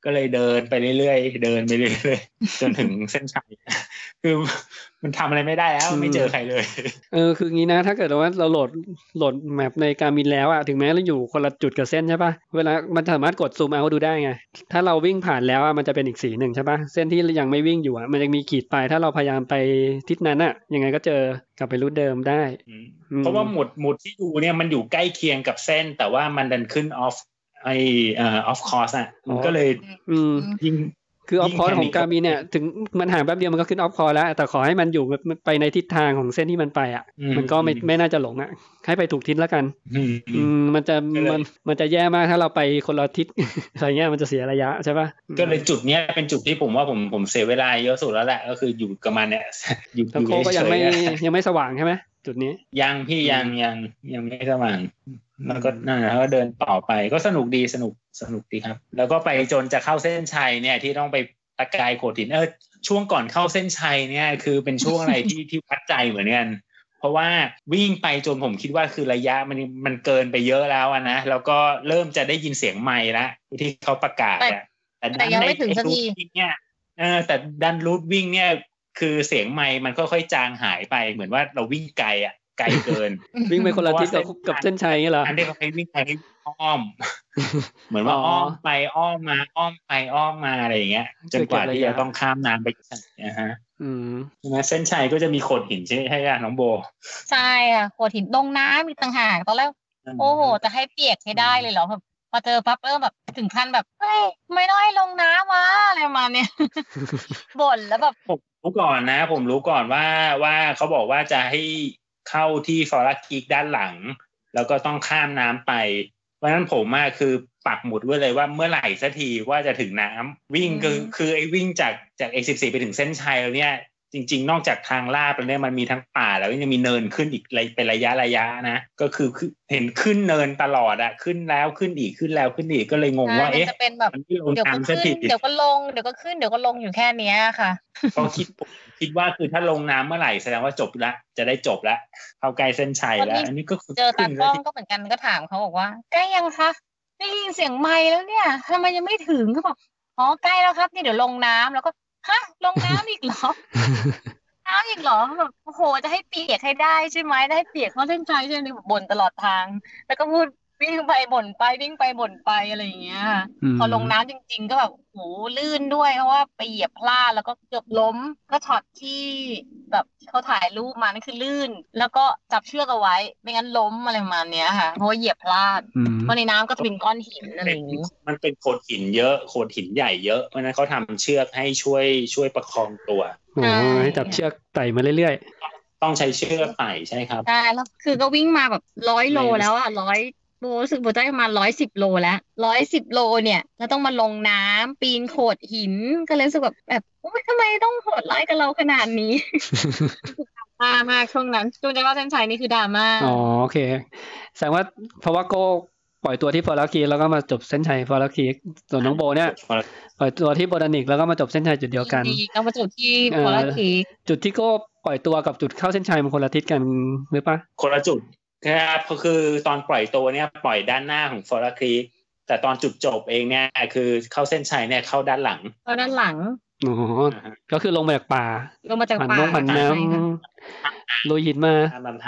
ก็เลยเดินไปเรื่อยๆเดินไปเรื่อยๆจนถึงเส้นชัยคือมันทำอะไรไม่ได้แล้วไม่เจอใครเลยเออคืองี้นะถ้าเกิดว่าเราโหลดโหลดแมปใน Garmin แล้วอะถึงแม้เราอยู่คนละจุดกับเส้นใช่ป่ะเวลามันสามารถกดซูมเอาดูได้ไงถ้าเราวิ่งผ่านแล้วอะมันจะเป็นอีกสีหนึ่งใช่ป่ะเส้นที่ยังไม่วิ่งอยู่อะมันยังมีขีดไปถ้าเราพยายามไปทิศนั้นอะยังไงก็เจอกลับไปรูทเดิมได้เพราะว่าหมุดหมุดที่ดูเนี่ยมันอยู่ใกล้เคียงกับเส้นแต่ว่ามันดันขึ้น off ไอเอ่อ off course อ่ะมันก็เลยยิ่งคือ off course ของ Garmin เนี่ยถึงมันห่างแป๊บเดียวมันก็ขึ้น off course แล้วแต่ขอให้มันอยู่ไปในทิศทางของเส้นที่มันไปอ่ะมันก็ไม่ไม่น่าจะหลงอ่ะให้ไปถูกทิศแล้วกันอืมมันจะมันมันจะแย่มากถ้าเราไปคนละทิศอะไรเงี้ยมันจะเสียระยะใช่ป่ะก็เลยจุดเนี้ยเป็นจุดที่ผมว่าผมผมเสียเวลาเยอะสุดแล้วแหละก็คืออยู่กับมันเนี่ยอยู่อยู่เฉยๆก็ยังไม่ยังไม่สว่างใช่ไหมจุดนี้ยังพี่ยังยังยังไม่สว่างแล้วก็นั่นแหละก็เดินต่อไปก็สนุกดีสนุกสนุกดีครับแล้วก็ไปจนจะเข้าเส้นชัยเนี่ยที่ต้องไปตะกายโขดหินเออช่วงก่อนเข้าเส้นชัยเนี่ยคือเป็นช่วงอะไรที่ที่วัดใจเหมือนกันเพราะว่าวิ่งไปจนผมคิดว่าคือระยะมันมันเกินไปเยอะแล้วนะแล้วก็เริ่มจะได้ยินเสียงไมค์แล้วที่เขาประกาศอะแต่ยังไม่ถึงสักทีเนี่ยเออแต่ดันรูทวิ่งเนี่ยคือเสียงไมค์มันค่อยๆจางหายไปเหมือนว่าเราวิ่งไกลอ่ะไกลเกินวิ่งไปคนละทิศกับกับเส้นชัยงี้เหรออันนี้เขาให้วิ่งไปอ้อมเหมือนว่าอ้อมไปอ้อมมาอ้อมไปอ้อมมาอะไรอย่างเงี้ยจนกว่าที่จะต้องข้ามน้ำไปนะฮะอืมนะเส้นชัยก็จะมีโขดหินใช่ไหมน้องโบใช่ค่ะโขดหินลงน้ำมีต่างหากตอนแรกโอ้โหจะให้เปียกให้ได้เลยเหรอแบบพอเจอปั๊บเออแบบถึงขั้นแบบเฮ้ยไม่ได้ลงน้ำวะอะไรมาเนี่ยบ่นแล้วแบบผมรู้ก่อนนะผมรู้ก่อนว่าว่าเขาบอกว่าจะให้เข้าที่ฟอร์กิกด้านหลังแล้วก็ต้องข้ามน้ำไปเพราะฉะนั้นผมอะคือปักหมุดไว้เลยว่าเมื่อไหร่สักทีว่าจะถึงน้ำวิ่งคือคือไอ้วิ่งจากจาก เอ็กซ์ สิบสี่ ไปถึงเส้นชัยแล้วเนี่ยจริงๆนอกจากทางลาดแล้วเนี่ยมันมีทั้งป่าแล้วยังมีเนินขึ้นอีกเป็นระยะระยะนะก็คือเห็นขึ้นเนินตลอดอะขึ้นแล้วขึ้นอีกขึ้นแล้วขึ้นอีกก็เลยงงว่าเอ๊ะจะเป็นแบบเดี๋ยวก็ขึ้นเดี๋ยวก็ลงเดี๋ยวก็ขึ้นเดี๋ยวก็ลงอยู่แค่นี้ค่ะก็คิดคิดว่าคือถ้าลงน้ำเมื่อไหร่แสดงว่าจบละจะได้จบละเข้าใกล้เส้นชัยแล้วอันนี้ก็เจอตากล้องก็เหมือนกันก็ถามเขาบอกว่าใกล้ยังคะได้ยินเสียงไมค์แล้วเนี่ยทำไมยังไม่ถึงเขาบอกอ๋อใกล้แล้วครับนี่เดี๋ยวลงน้ำแล้วก็ฮะลงน้ำอีกเหรอน้ำอีกเหรอแบบโอ้โหจะให้เปียกให้ได้ใช่ไหมได้เปียกเพราะเส้นชัยใช่ไหมบ่นตลอดทางแล้วก็พูดวิ่งไปบ่นไปวิ่งไปบ่นไปอะไรอย่างเงี้ยพอลงน้ำจริงๆก็แบบโหลื่นด้วยเพราะว่าไปเหยียบพลาดแล้วก็เกือบล้มก็ช็อตที่แบบเขาถ่ายรูปมานั่นคือลื่นแล้วก็จับเชือกเอาไว้ไม่งั้นล้มอะไรประมาณเนี้ยค่ะเพราะว่าเหยียบพลาดเพราะในน้ำก็จะเป็นก้อนหินอะไรอย่างงี้มันเป็นโขดหินเยอะโขดหินใหญ่เยอะเพราะนั้นเขาทำเชือกให้ช่วยช่วยประคองตัวโอ้ให้จับเชือกไต่มาเรื่อยๆต้องใช้เชือกไต่ใช่ครับใช่แล้วคือก็วิ่งมาแบบร้อยโลแล้วอ่ะร้อยโบรู้สึกโบได้ประมาณร้อยสิบโลแล้วร้อยสิบโลเนี่ยแล้วต้องมาลงน้ำปีนโขดหินก็เลยรู้สึกแบบแบบโอ๊ยทำไมต้องโหดร้ายกับเราขนาดนี้ดราม่ามากช่วงนั้นจนจะว่าเส้นชัยนี่คือดราม่าอ๋อโอเคแสดงว่าเพราะว่าโก้ปล่อยตัวที่ฟอร์คีแล้วก็มาจบเส้นชัยฟอร์คีส่วนน้องโบเนี่ยปล่อยตัวที่โบทานิกแล้วก็มาจบเส้นชัยจุดเดียวกันแล้วมาจบที่ฟอร์คีจุดที่โก้ปล่อยตัวกับจุดเข้าเส้นชัยมันคนละทิศกันหรือปะคนละจุดครับก็คือตอนปล่อยตัวเนี่ยปล่อยด้านหน้าของฟอร์คีแต่ตอนจุดจบเองเนี่ยคือเข้าเส้นชัยเนี่ยเข้าด้านหลังเข้าด้านหลังอ๋อก็คือลงมาจากป่าลงมาจากป่าผ่านน้ำลุยหินมา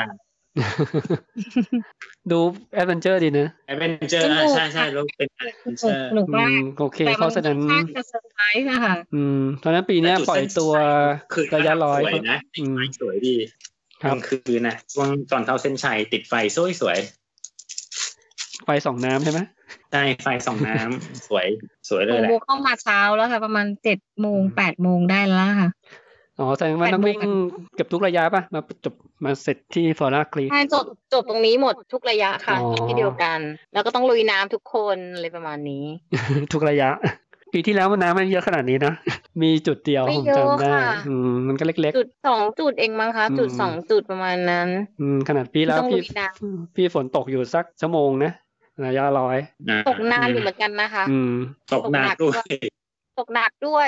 ดูแอดเวนเจอร์ดีนะแอดเวนเจอร์ใช่ใช่แล้วเป็นแอดเวนเจอร์โอเคเพราะฉะนั้นจะเซอร์ไพรส์ค่ะอืมตอนนั้นปีนี้ปล่อยตัวระยะร้อยนะสวยดีกลางคืนนะช่วงตอนเข้าเส้นชัยติดไฟสวยสวยไฟส่องน้ำใช่ไหมใช่ไฟส่องน้ำสวยสวยเลยแหละโบเข้ามาเช้าแล้วค่ะประมาณเจ็ดโมงแปดโมงได้แล้วค่ะอ๋อแสดงว่านักวิ่งเก็บทุกระยะป่ะมาจบมาเสร็จที่ฟอร์คลีใช่จบจบตรงนี้หมดทุกระยะค่ะที่เดียวกันแล้วก็ต้องลุยน้ำทุกคนอะไรประมาณนี้ทุกระยะปีที่แล้วมันน้ำมันเยอะขนาดนี้นะมีจุดเดียวผมจำได้อืมมันก็เล็กๆจุดสองจุดเองมั้งคะจุดสองจุดประมาณนั้นอืมขนาดปีแล้วพี่พี่ฝนตกอยู่สักชั่วโมงนะระยะร้อยตกนานอยู่เหมือนกันนะคะอืมตกหนักด้วยตกหนักด้วย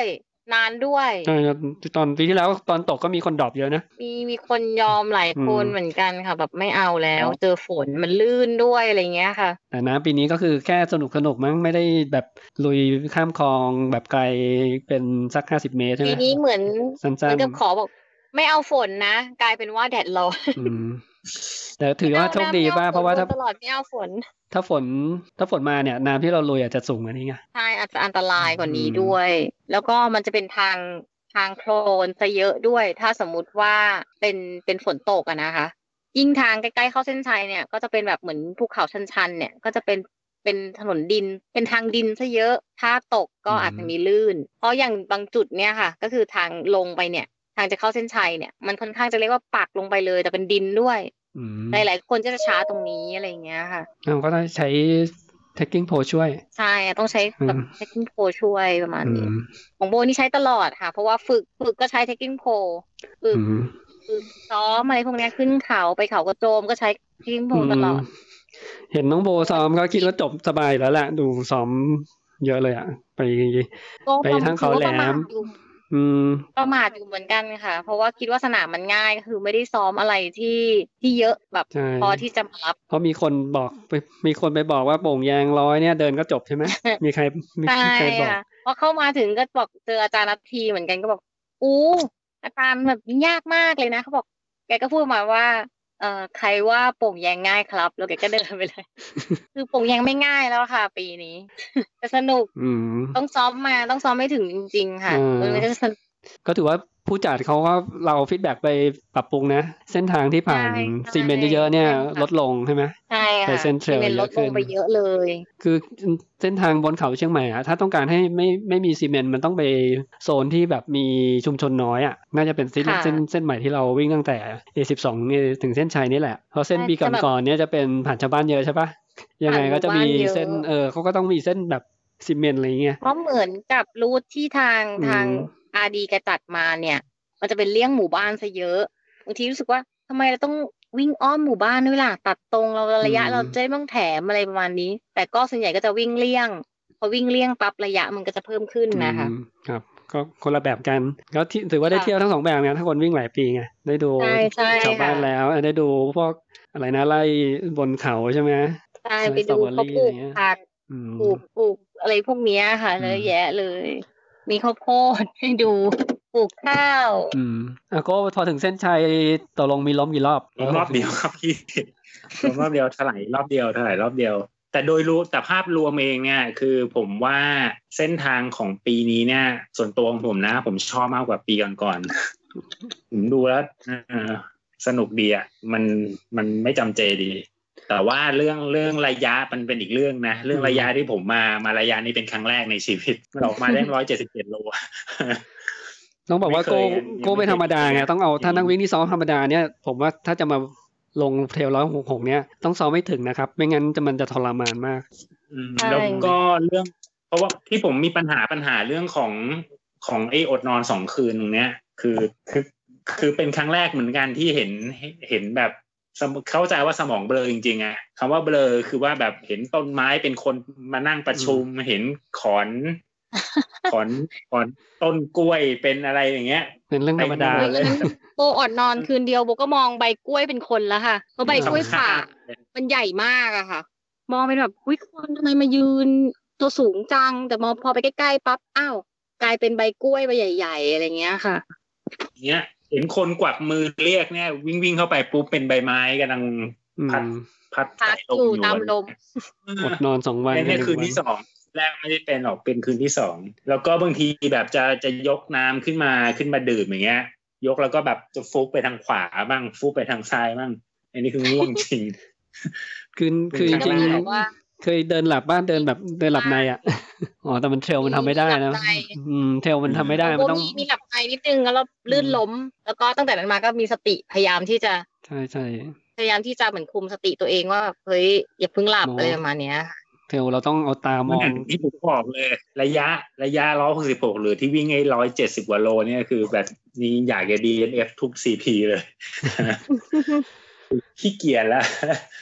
นานด้วยใช่ตอนปีที่แล้วตอนตกก็มีคนดรอปเยอะนะมีมีคนยอมหลายคนเหมือนกันค่ะแบบไม่เอาแล้วเจอฝนมันลื่นด้วยอะไรเงี้ยค่ะแต่น้ำปีนี้ก็คือแค่สนุกสนุกมั้งไม่ได้แบบลุยข้ามคลองแบบไกลเป็นสักห้าสิบเมตรใช่ไหมปีนี้เหมือนเหมือนกับขอบอกไม่เอาฝนนะกลายเป็นว่าแดดร้อนแต่ถือว่าโชคดีป่ะเพราะว่าถ้าตลอดไม่เอาฝนถ้าฝนถ้าฝนมาเนี่ยน้ำที่เราลุยอาจจะสูงกว่านี้ไงใช่อาจจะอันตรายกว่านี้ด้วยแล้วก็มันจะเป็นทางทางโคลนซะเยอะด้วยถ้าสมมุติว่าเป็นเป็นฝนตกอะนะคะยิ่งทางใกล้ๆเข้าเส้นชัยเนี่ยก็จะเป็นแบบเหมือนภูเขาชันๆเนี่ยก็จะเป็นเป็นถนนดินเป็นทางดินซะเยอะถ้าตกก็อาจจะมีลื่นเพราะอย่างบางจุดเนี่ยค่ะก็คือทางลงไปเนี่ยทางจะเข้าเส้นชัยเนี่ยมันค่อนข้างจะเรียกว่าปักลงไปเลยแต่เป็นดินด้วยหลายๆคนจะช้าตรงนี้อะไรอย่างเงี้ยค่ะเราก็ต้องใช้ trekking pro ช่วยใช่ต้องใช้แบบ trekking pro ช่วยประมาณนี้ของโบนี่ใช้ตลอดค่ะเพราะว่าฝึกฝึกก็ใช้ trekking pro ฝึกฝึกซ้อมอะไรพวกนี้ขึ้นเขาไปเขากระโจมก็ใช้ trekking pro ตลอดเห็นน้องโบซ้อมก็คิดว่าจบสบายแล้วแหละดูซ้อมเยอะเลยอ่ะไปไปทั้งเขาแหลมอืมประมาทอยู่เหมือนกันค่ะเพราะว่าคิดว่าสนามมันง่ายก็คือไม่ได้ซ้อมอะไรที่ที่เยอะแบบพอที่จะมารับเพราะมีคนบอกมีคนไปบอกว่าโป่งแยงร้อยเนี่ยเดินก็จบใช่ไหมมีใครมีใครบอกพอเข้ามาถึงก็บอกเจออาจารย์นัททีเหมือนกันก็บอกอู้อาจารย์แบบยากมากเลยนะเขาบอกแกก็พูดมาว่าเอ่อใครว่าโป่งแยงง่ายครับแล้วแกก็เดินไปเลยคือโป่งแยงไม่ง่ายแล้วค่ะปีนี้แต่สนุกต้องซ้อมมาต้องซ้อมไม่ถึงจริงๆค่ะมันก็จะก็ถือว่าผู้จัดเขาก็เราฟีดแบ็กไปปรับปรุงนะเส้นทางที่ผ่านซีเมนต์เยอะๆเนี่ยลดลงใช่ไหมใช่ค่ะเส้นเทรลลดลงไปเยอะเลยคือเส้นทางบนเขาเชียงใหม่อะถ้าต้องการให้ไม่ไม่มีซีเมนต์มันต้องไปโซนที่แบบมีชุมชนน้อยอะน่าจะเป็นเส้นเส้นเส้นใหม่ที่เราวิ่งตั้งแต่ เอ สิบสอง ถึงเส้นชัยนี่แหละเพราะเส้นปีก่อนๆเนี่ยจะเป็นผ่านชาวบ้านเยอะใช่ปะยังไงก็จะมีเส้นเออเขาก็ต้องมีเส้นแบบซีเมนต์อะไรเงี้ยเพราะเหมือนกับรูทที่ทางทางอาร์ดีแกจัดมาเนี่ยมันจะเป็นเลี่ยงหมู่บ้านซะเยอะบางทีรู้สึกว่าทำไมเราต้องวิ่งอ้อมหมู่บ้านด้วยล่ะตัดตรงเราระยะเราจะต้องแถมอะไรประมาณนี้แต่ก็ส่วนใหญ่ก็จะวิ่งเลี่ยงพอวิ่งเลี่ยงปั๊บระยะมันก็จะเพิ่มขึ้นนะคะครับก็คนละแบบกันก็ถือว่าได้เที่ยวทั้งสองแบบนะถ้าคนวิ่งหลายปีไงได้ดูชาวบ้านแล้วได้ดูพวกอะไรนะไล่บนเขาใช่ไหมใช่ไปดูเขาปลูกผักปลูกปลูกอะไรพวกนี้ค่ะเยอะแยะเลยมีข้าวโพดให้ดูปลูกข้าวอืมอ่ะก็พอถึงเส้นชัยตกลงมีล้มกี่รอบล้มรอบเดียวครับพี่ล้มรอบเดียวถลายรอบเดียวถลายรอบเดียวแต่โดยรู้แต่ภาพรวมเองเนี่ยคือผมว่าเส้นทางของปีนี้เนี่ยส่วนตัวของผมนะผมชอบมากกว่าปีก่อนๆผมดูแล้วสนุกดีอ่ะมันมันไม่จำเจดีแต่ว่าเรื่องเรื่องระยะมันเป็นอีกเรื่องนะเรื่องระยะที่ผมมามาระยะนี้เป็นครั้งแรกในชีวิตเรามาได้หนึ่งร้อยเจ็ดสิบเจ็ดโลต้องบอกว่าโก้โก้ไม่ธรรมดาไงต้องเอาถ้านักวิ่งที่ซ้อมธรรมดาเนี่ยผมว่าถ้าจะมาลงเทรลร้อยหกหกเนี่ยต้องซ้อมไม่ถึงนะครับไม่งั้นจะมันจะทรมานมากแล้วก็เรื่องเพราะว่าที่ผมมีปัญหาปัญหาเรื่องของของไอ้อดนอนสองคืนตรงเนี้ยคือคือคือเป็นครั้งแรกเหมือนกันที่เห็นเห็นแบบเข้าใจว่าสมองเบลอจริงๆอะคำว่าเบลอคือว่าแบบเห็นต้นไม้เป็นคนมานั่งประชุมเห็นขอนขอนขอนต้นกล้วยเป็นอะไรอย่างเงี้ยเป็นเรื่องธรรมดาเลยโบอดนอนคืนเดียวโบก็มองใบกล้วยเป็นคนแล้วค่ะเพราะใบกล้วยป่ามันใหญ่มากอะค่ะมองเป็นแบบอุ๊ยคนทำไมมายืนตัวสูงจังแต่มองพอไปใกล้ๆปั๊บอ้าวกลายเป็นใบกล้วยใบใหญ่ๆอะไรเงี้ยค่ะเนี้ยเห็นคนกวักมือเรียกเนี่ยวิ่งวิ่งเข้าไปปุ๊บเป็นใบไม้กำลังพัดพัดพัดอยู่ตามลมอดนอนสองวันนี่คืนที่สองแรกไม่ได้เป็นหรอกเป็นคืนที่สองแล้วก็บางทีแบบจะจะยกน้ำขึ้นมาขึ้นมาดื่มอย่างเงี้ยยกแล้วก็แบบจะฟุบไปทางขวาบ้างฟุบไปทางซ้ายบ้างอันนี้คือง่วงจริงคือคือจริงๆเคยเดินหลับบ้านเดินแบบเดินหลับในอ่ะอ๋อแต่มันเทรลมันทำไม่ได้นะอืมเทรลมันทำไม่ได้มันต้องมีหลับในนิดนึงแล้วลื่นล้มแล้วก็ตั้งแต่นั้นมาก็มีสติพยายามที่จะใช่ใช่พยายามที่จะเหมือนคุมสติตัวเองว่าเฮ้ยอย่าเพิ่งหลับอะไรประมาณนี้เทรลเราต้องเอาตามองที่ผมบอกเลยระยะระยะหนึ่งร้อยหกสิบหกหรือที่วิ่งไอ้หนึ่งร้อยเจ็ดสิบกว่าโลเนี่ยคือแบบนี้อยากจะ ดี เอ็น เอฟ ทุก ซี พี เลยขี้เกียจแล้วพ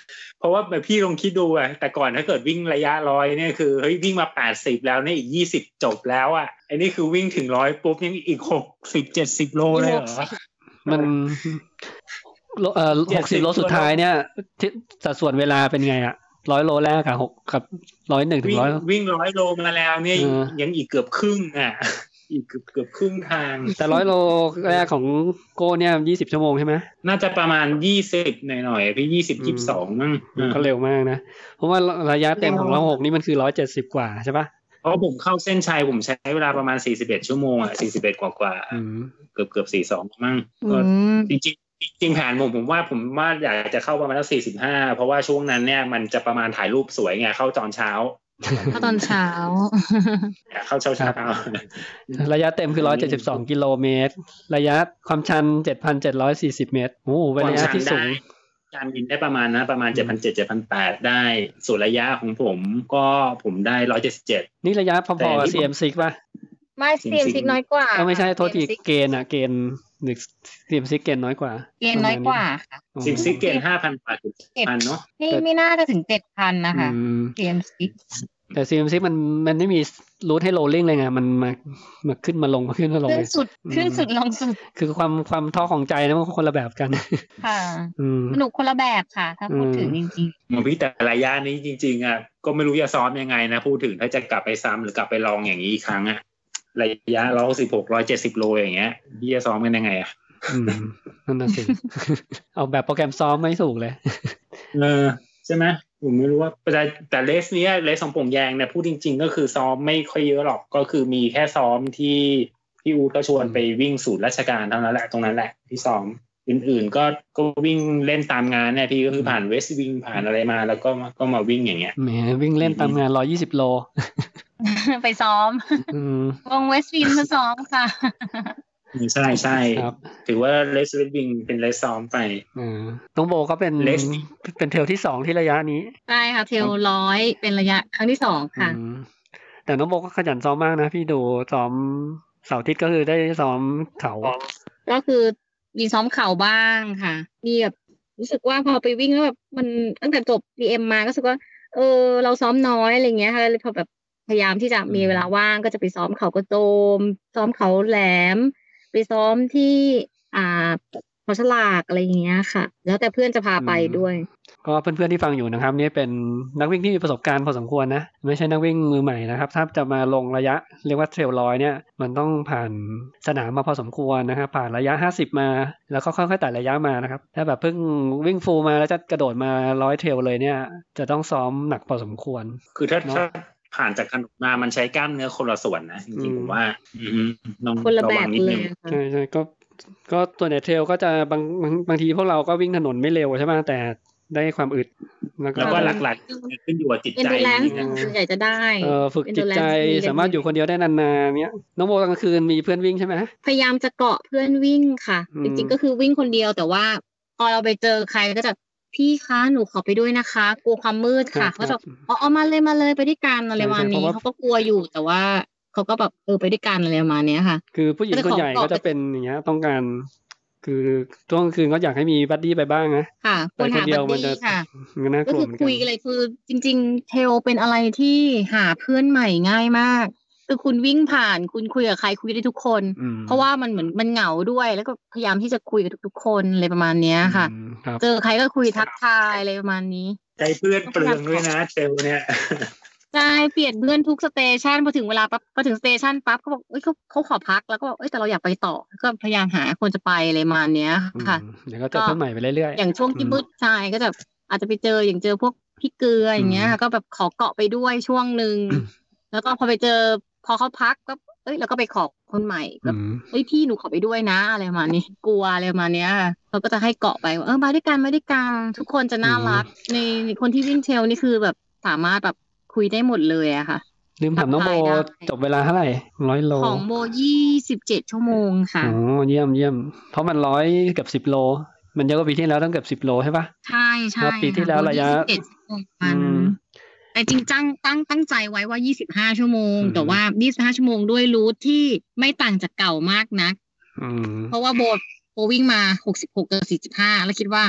ราะว่าแบบพี่ลองคิดดูอะแต่ก่อนถ้าเกิดวิ่งระยะร้อยเนี่ยคือเฮ้ยวิ่งมาแปดสิบแล้วเนี่ยอีกยี่สิบจบแล้วอะไอ้นี่คือวิ่งถึงร้อยปุ๊บยังอีกหกสิบ เจ็ดสิบโลเลยเหรอมันเอ่อหกสิบโลสุดท้ายเนี่ยสัดส่วนเวลาเป็นไงอะร้อยโลแรกอะหกกับร้อยหนึ่งถึงร้อยวิ่งร้อยโลมาแล้วเนี่ยยังอีกเกือบครึ่งอะอีกเกือบเกือบครึ่งทางแต่ร้อยโลแรกของโก้เนี่ยยี่สิบชั่วโมงใช่ไหมน่าจะประมาณยี่สิบหน่อยๆพี่ยี่สิบ ยี่สิบสองมั้งก็เร็วมากนะเพราะว่าระยะเต็มของร้อยหกนี่มันคือร้อยเจ็ดสิบกว่าใช่ปะเพราะผมเข้าเส้นชัยผมใช้เวลาประมาณสี่สิบเอ็ดชั่วโมงอ่ะสี่สิบเอ็ดกว่าๆเกือบๆสี่สิบสองมั้งก็จริงๆจริงๆแผนผมผมว่าผมว่าอยากจะเข้าประมาณสี่สิบห้าเพราะว่าช่วงนั้นเนี่ยมันจะประมาณถ่ายรูปสวยไงเข้าตอนเช้าเข้าตอนเช้าเข้าเช้าเช้าระยะเต็มคือร้อยเจ็ดสิบสองกิโลเมตรระยะความชัน เจ็ดพันเจ็ดร้อยสี่สิบ เมตรโอ้โหเป็นระยะที่สูงการบินได้ประมาณนะประมาณ เจ็ดพันเจ็ดร้อย เจ็ดพันแปดร้อย ได้ส่วนระยะของผมก็ผมได้หนึ่งร้อยเจ็ดสิบเจ็ดนี่ระยะพอๆกับ ซี เอ็ม ซิกซ์ ป่ะไม่ ซี เอ็ม ซิกซ์ น้อยกว่าก็ไม่ใช่โทษทีเกณฑ์อ่ะเกณฑ์หนึ่ง ซี เอ็ม ซิกซ์ เกณฑ์น้อยกว่าเกณฑ์น้อยกว่าค่ะซี เอ็ม ซิกซ์ เกณฑ์ ห้าพัน กว่าพันเนาะนี่ไม่น่าจะถึง เจ็ดพัน นะคะ ซี เอ็ม ซิกซ์แต่ ซี เอ็ม ซิกซ์ มันมันไม่มีรูทให้โรลลิ่งเลยไงมันมามาขึ้นมาลงมาขึ้นมาลงขึ้นสุดขึ้นสุดลงสุดคือความความท้อของใจนะมันคนละแบบกันค่ะสนุกคนละแบบค่ะถ้าพูดถึงจริงๆมันพี่แต่ระยะนี้จริงๆอ่ะก็ไม่รู้จะซ้อมยังไงนะพูดถึงถ้าจะกลับไปซ้ำหรือกลับไปลองอย่างนี้อีกครั้งอ่ะระยะหนึ่งร้อยหกสิบหก หนึ่งร้อยเจ็ดสิบโลอย่างเงี้ยพี่จะซ้อมกันยังไงอ่ะอืมนั่นน่ะสิเอาแบบโปรแกรมซ้อมไม่ถูกเลยเออใช่ไหมผมไม่รู้ว่าแต่แต่เลสเนี้ยเลสของผมแยงเนี่ยพูดจริงๆก็คือซ้อมไม่ค่อยเยอะหรอกก็คือมีแค่ซ้อมที่พี่อู๊ดก็ชวนไปวิ่งศูนย์ราชการเท่านั้นแหละตรงนั้นแหละที่ซ้อมอื่นๆก็ก็วิ่งเล่นตามงานเนี่ยพี่ก็คือผ่านเวสต์วิ่งผ่านอะไรมาแล้วก็ก็มาวิ่งอย่างเงี้ยแหมวิ่งเล่นตามงานหนึ่งร้อยยี่สิบโลไปซ้อมวงเวสต์วิ่งมาซ้อมค่ะใช่ใช่ถือว่าเลสวิงเป็นเลสซ้อมไปน้องโบก็เป็นเป็นเทรลที่สองที่ระยะนี้ใช่ค่ะเทรลร้อยเป็นระยะครั้งที่สองค่ะแต่น้องโบก็ขยันซ้อมมากนะพี่ดูซ้อมเสาร์อาทิตย์ก็คือได้ซ้อมเขาก็คือมีซ้อมเข่าบ้างค่ะมีแบบรู้สึกว่าพอไปวิ่งแล้วแบบมันตั้งแต่จบ ดี เอ็ม มาก็รู้สึกว่าเออเราซ้อมน้อยอะไรเงี้ยค่ะเลยพอแบบพยายามที่จะมีเวลาว่างก็จะไปซ้อมเขากระโจมซ้อมเขาแหลมไปซ้อมที่อ่าพอฉลากอะไรอย่างเงี้ยค่ะแล้วแต่เพื่อนจะพาไปด้วยก็เพื่อนๆที่ฟังอยู่นะครับนี่เป็นนักวิ่งที่มีประสบการณ์พอสมควรนะไม่ใช่นักวิ่งมือใหม่นะครับถ้าจะมาลงระยะเรียกว่าเทรลร้อยเนี่ยมันต้องผ่านสนามมาพอสมควรนะครับผ่านระยะห้าสิบมาแล้วก็ค่อยๆไต่ระยะมานะครับถ้าแบบเพิ่งวิ่งฟูลมาแล้วจะกระโดดมาร้อยเทรลเลยเนี่ยจะต้องซ้อมหนักพอสมควรคือถ้าผ่านจากถนนมามันใช้กล้ามเนื้อคนละส่วนนะจริงๆผมว่าต้องระวังนิดนึงใช่ๆก็ก็ตัวในเทรลก็จะบางบางทีพวกเราก็วิ่งถนนไม่เร็วใช่ไหมแต่ได้ความอึดแล้วก็หลักๆขึ้นอยู่กับจิตใจส่วนใหญ่จะได้เออฝึกจิตใจสามารถอยู่คนเดียวได้นานๆเนี้ยน้องโบกลางคืนมีเพื่อนวิ่งใช่ไหมพยายามจะเกาะเพื่อนวิ่งค่ะจริงๆก็คือวิ่งคนเดียวแต่ว่าพอเราไปเจอใครก็จะพี่คะหนูขอไปด้วยนะคะกลัวความมืดค่ะเขาจะอ๋อมาเลยมาเลยไปด้วยกันอะไรประมาณนี้เขาก็กลัวอยู่แต่ว่าเขาก็แบบเออไปด้วยกันอะไรประมาณนี้ค่ะคือผู้หญิงส่วนใหญ่ก็จะเป็นอย่างเงี้ยต้องการคือช่วงคืนก็อยากให้มีบัดดี้ไปบ้างนะค่ะคนหาบัดดี้ค่ะก็คือคุยกันเลยคือจริงๆเทลเป็นอะไรที่หาเพื่อนใหม่ง่ายมากคือคุณวิ่งผ่านคุณคุยกับใครคุยได้ทุกคนเพราะว่ามันเหมือนมันเหงาด้วยแล้วก็พยายามที่จะคุยกับทุกๆคนอะไรประมาณนี้ค่ะเจอใครก็คุยทักทายอะไรประมาณนี้ใจเพื่อนเปลืองด้วยนะเทลเนี่ยใช่เปลี่ยนเพื่อนทุกสเตชันพอถึงเวลาปั๊บพอถึงสเตชันปั๊บเขาบอกเอ้ยเขาเขาขอพักแล้วก็บอกเอ้ยแต่เราอยากไปต่อก็พยายามหาคนจะไปอะไรประมาณนี้ค่ะเดี๋ยวก็เจอเพื่อนใหม่ไปเรื่อยๆอย่างช่วงที่มืดใช่ก็จะอาจจะไปเจออย่างเจอพวกพี่เกลืออย่างเงี้ยก็แบบขอเกาะไปด้วยช่วงนึงแล้วก็พอไปเจอพอเขาพักก็เอ้ยแล้วก็ไปขอคนใหม่ก็เฮ้ยพี่หนูขอไปด้วยนะอะไรประมาณนี้กลัวอะไรประมาณนี้เขาก็จะให้เกาะไปเออมาด้วยกันมาด้วยกันทุกคนจะน่ารักในคนที่วิ่งเทรลนี่คือแบบสามารถแบบคุยได้หมดเลยอะค่ะลืมถามน้องโบจบเวลาเท่าไหร่ร้อยโลของโบยี่สิบเจ็ดชั่วโมงค่ะอ๋อเยี่ยมเยี่ยมเพราะมันร้อยเกือบสิบโลมันเยอะกว่าปีที่แล้วตั้งเกือบสิบโลใช่ปะใช่ใช่ปีที่แล้วระยะมันแต่จริงจังตั้งตั้งใจไว้ว่ายี่สิบห้าชั่วโมงแต่ว่ายี่สิบห้าชั่วโมงด้วยรูทที่ไม่ต่างจากเก่ามากนักเพราะว่าโบโบวิ่งมาหกสิบหกกับสี่สิบห้าแล้วคิดว่า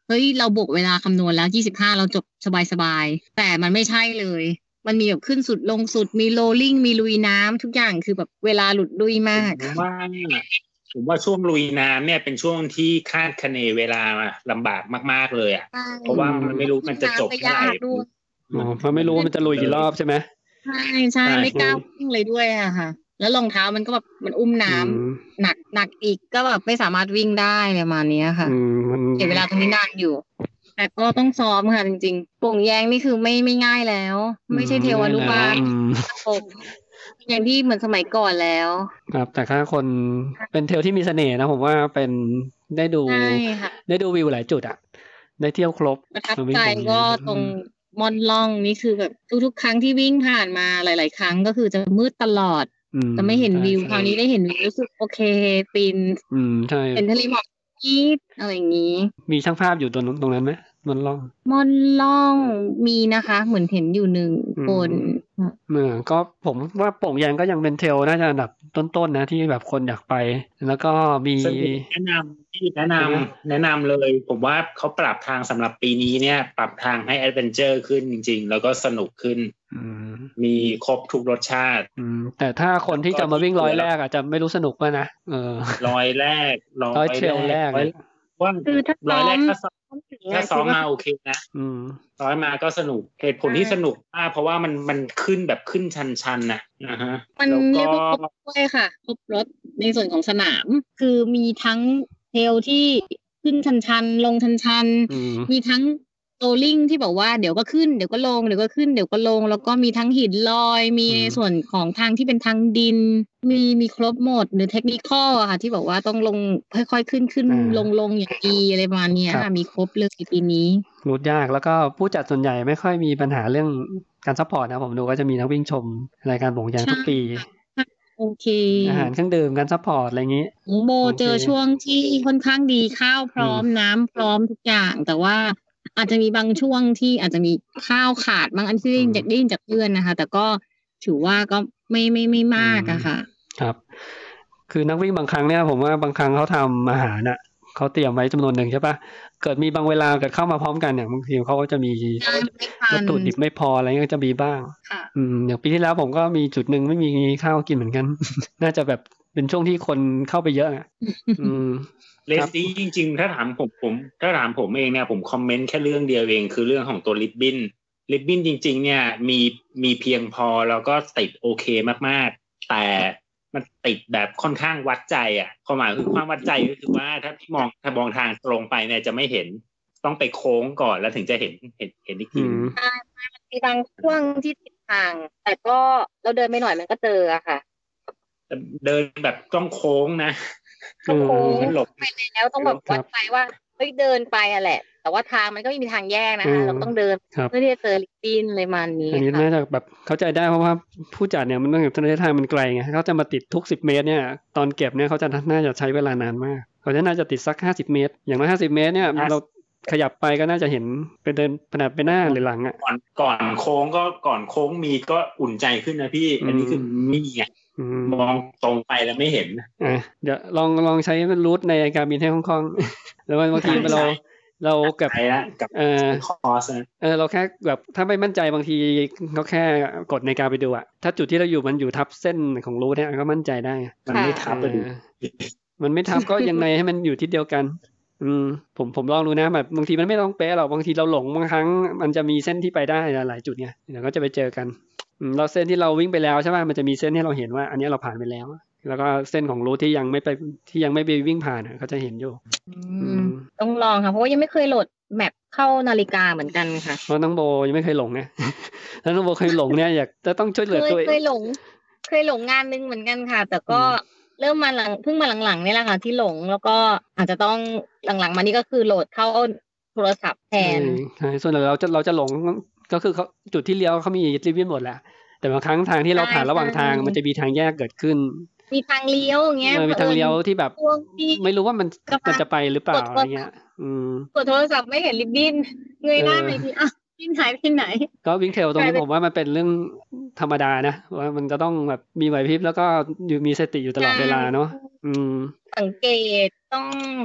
เฮ้ยเราบวกเวลาคำนวณแล้วยี่สิบห้าเราจบสบายๆแต่มันไม่ใช่เลยมันมีแบบขึ้นสุดลงสุดมีโรลลิ่งมีลุยน้ำทุกอย่างคือแบบเวลาหลุดลุยมากผมว่าผมว่าช่วงลุยน้ำเนี่ยเป็นช่วงที่คาดคะเนเวลาลำบากมากๆเลยอ่ะเพราะว่ามันไม่รู้มันจะจบเมื่อไหร่อ๋อเพราะไม่รู้มันจะลุยกี่รอบใช่ไหมใช่ใช่ไม่กล้าวิ่งเลยด้วยอะค่ะแล้วรองเท้ามันก็แบบมันอุ้มน้ำหนักหนักอีกก็แบบไม่สามารถวิ่งได้ประมาณนี้ค่ะเสียเวลาตรงนี้นานอยู่แต่ก็ต้องซ้อมค่ะจริงๆโป่งแยงนี่คือไม่ไม่ง่ายแล้วไม่ใช่เทวอนุบาลอย่างที่เหมือนสมัยก่อนแล้วครับแต่ถ้าคนเป็นเทลที่มีเสน่ห์นะผมว่าเป็นได้ดูได้ดูวิวหลายจุดอ่ะได้เที่ยวครบประทับใจก็ตรงมอนล่องนี่คือแบบทุกๆครั้งที่วิ่งผ่านมาหลายๆครั้งก็คือจะมืดตลอดจะไม่เห็นวิวคราวนี้ได้เห็นวิวรู้สึกโอเคฟินอืมใช่เห็นทะเลหมอกอีดอะไรอย่างนี้มีช่างภาพอยู่ตรงตรงนั้นไหมมอนล่องมอนล่องมีนะคะเหมือนเห็นอยู่หนึ่งคนเมื่อก็ผมว่าโป่งแยงก็ยังเป็นเทลน่าจะอันดับต้นๆนะที่แบบคนอยากไปแล้วก็มีแนะนำที่แนะนำแนะนำเลยผมว่าเขาปรับทางสำหรับปีนี้เนี่ยปรับทางให้แอดเวนเจอร์ขึ้นจริงๆแล้วก็สนุกขึ้นมีครบทุกรสชาติแต่ถ้าคนที่จะมาวิ่งร้อยแรกอาจจะไม่รู้สนุกป่ะนะเออร้อยแรกร้อยเทลแรกว่าร้อยแรกถ้าถ้าซ้อมมาโอเคนะร้อยมาก็สนุกเหตุผลที่สนุกมากเพราะว่ามันมันขึ้นแบบขึ้นชันๆนะนะฮะมันเรียกว่าครบด้วยค่ะครบรถในส่วนของสนามคือมีทั้งเทลที่ขึ้นชันๆลงชันๆมีทั้งโรลลิ่งที่บอกว่าเดี๋ยวก็ขึ้นเดี๋ยวก็ลงเดี๋ยวก็ขึ้นเดี๋ยวก็ลงแล้วก็มีทั้งหินลอยมีในส่วนของทางที่เป็นทางดินมีมีครบหมดหรือเทคนิคอลค่ะที่บอกว่าต้องลงค่อยๆขึ้นขึ้นลงลงอย่างดีอะไรประมาณนี้ค่ะมีครบเลยปีนี้รูทยากแล้วก็ผู้จัดส่วนใหญ่ไม่ค่อยมีปัญหาเรื่องการซัพพอร์ตนะผมดูก็จะมีนักวิ่งชมรายการโป่งแยงทุกปีโอเคอาหารเครื่องดื่มการซัพพอร์ตอะไรอย่างนี้โบเจอช่วงที่ค่อนข้างดีข้าวพร้อมน้ำพร้อมทุกอย่างแต่ว่าอาจจะมีบางช่วงที่อาจจะมีข้าวขาดบางอันที่ได้ยินจากได้ยินจากเพื่อนนะคะแต่ก็ถือว่าก็ไม่ไม่ไม่มากอะค่ะครับคือนักวิ่งบางครั้งเนี่ยผมว่าบางครั้งเขาทำอาหารน่ะเขาเตรียมไว้จำนวนหนึ่งใช่ปะเกิดมีบางเวลาเกิดเข้ามาพร้อมกันเนี่ยบางทีเขาก็จะมีวัตถุดิบไม่พออะไรก็จะมีบ้างอืมอย่างปีที่แล้วผมก็มีจุดหนึ่งไม่มีข้าวกินเหมือนกัน น่าจะแบบเป็นช่วงที่คนเข้าไปเยอะอ่ะอืมเลสตี้จริงๆถ้าถามผมผมถ้าถามผมเองเนี่ยผมคอมเมนต์แค่เรื่องเดียวเองคือเรื่องของตัวลิปบิ้นลิปบิ้นจริงๆเนี่ยมีมีเพียงพอแล้วก็ติดโอเคมากๆแต่มันติดแบบค่อนข้างวัดใจอ่ะความหมายคือความวัดใจก็คือว่าถ้าพี่มองถ้ามองทางตรงไปเนี่ยจะไม่เห็นต้องไปโค้งก่อนแล้วถึงจะเห็นเห็นเห็นอีกทีใช่มันมีบางช่วงที่ติดทางแต่ก็เราเดินไปหน่อยมันก็เจออะค่ะเดินแบบต้องโค้งนะต้องโค้งหลบไปแล้วต้องแบบวัดใจว่าเฮ้ยเดินไปอะแหละแต่ว่าทางมันก็ไม่มีทางแยกนะคะเราต้องเดินเพื่อที่จะเจอลิปบิ้นอะไรมันนี้อันนี้น่าจะแบบเข้าใจได้เพราะว่าผู้จัดเนี่ยมันต้องอยู่ระยะทางมันไกลไงเขาจะมาติดทุกสิบเมตรเนี่ยตอนเก็บเนี่ยเขาจะน่าจะใช้เวลานานมากเขาจะน่าจะติดสักห้าสิบเมตรอย่างน้อยห้าสิบเมตรเนี่ยเราขยับไปก็น่าจะเห็นเป็นเดินขนาดไปหน้าหรือหลังอ่ะก่อนก่อนโค้งก็ก่อนโค้งมีก็อุ่นใจขึ้นนะพี่อันนี้คือไม่มีไงมองตรงไปแล้วไม่เห็นอ่ะเดี๋ยวลองลองใช้รูทในการบินให้คล่องๆแล้วบางทีเราเรากับเออเออเราแค่แบบถ้าไม่มั่นใจบางทีเขาแค่กดในการไปดูอะถ้าจุดที่เราอยู่มันอยู่ทับเส้นของรูทเนี่ยก็มั่นใจได้มันไม่ทับไปดูมันไม่ทับก็ยังไงให้มันอยู่ที่เดียวกันอืมผมผมลองดูนะแบบบางทีมันไม่ต้องเป๊ะหรอกบางทีเราหลงบางครั้งมันจะมีเส้นที่ไปได้หลายจุดไงเดี๋ยวก็จะไปเจอกันเราเส้นที่เราวิ่งไปแล้วใช่ไหมมันจะมีเส้นที่เราเห็นว่าอันนี้เราผ่านไปแล้วแล้วก็เส้นของรูทที่ยังไม่ไปที่ยังไม่ไปวิ่งผ่านเขาจะเห็นอยู่ต้องลองค่ะเพราะว่ายังไม่เคยโหลดแมปเข้านาฬิกาเหมือนกันค่ะเพราะน้องโบยังไม่เคยหลงไงถ้าน้องโบเคยหลงเนี่ยอยากจะต้องช่วยเหลือตัวเองเคยหลงเคยหลงงานนึงเหมือนกันค่ะแต่ก็เริ่มมาหลังเพิ่งมาหลังๆนี่แหละค่ะที่หลงแล้วก็อาจจะต้องหลังๆมานี่ก็คือโหลดเข้าโทรศัพท์แทนใช่ส่วนเราจะเราจะหลงก็คือเขาจุดที่เลี้ยวเขามีรีวิวหมดแหละแต่บางครั้งทางที่เราผ่านระหว่างทางมันจะมีทางแยกเกิดขึ้นมีทางเลี้ยวอย่างเงี้ยมีทางเลี้ยวที่แบบไม่รู้ว่ามันมันจะไปหรือเปล่าอะไรเงี้ยอืมกดโทรศัพท์ไม่เห็นริบบิ้นเงยหน้าไปทีอ่ะบิ้นหายไปไหนก็วิ่งเทรลตรงนี้ผมว่ามันเป็นเรื่องธรรมดานะว่ามันจะต้องแบบมีไหวพริบแล้วก็อยู่มีสติอยู่ตลอดเวลาเนาะอืมสังเกตต้อง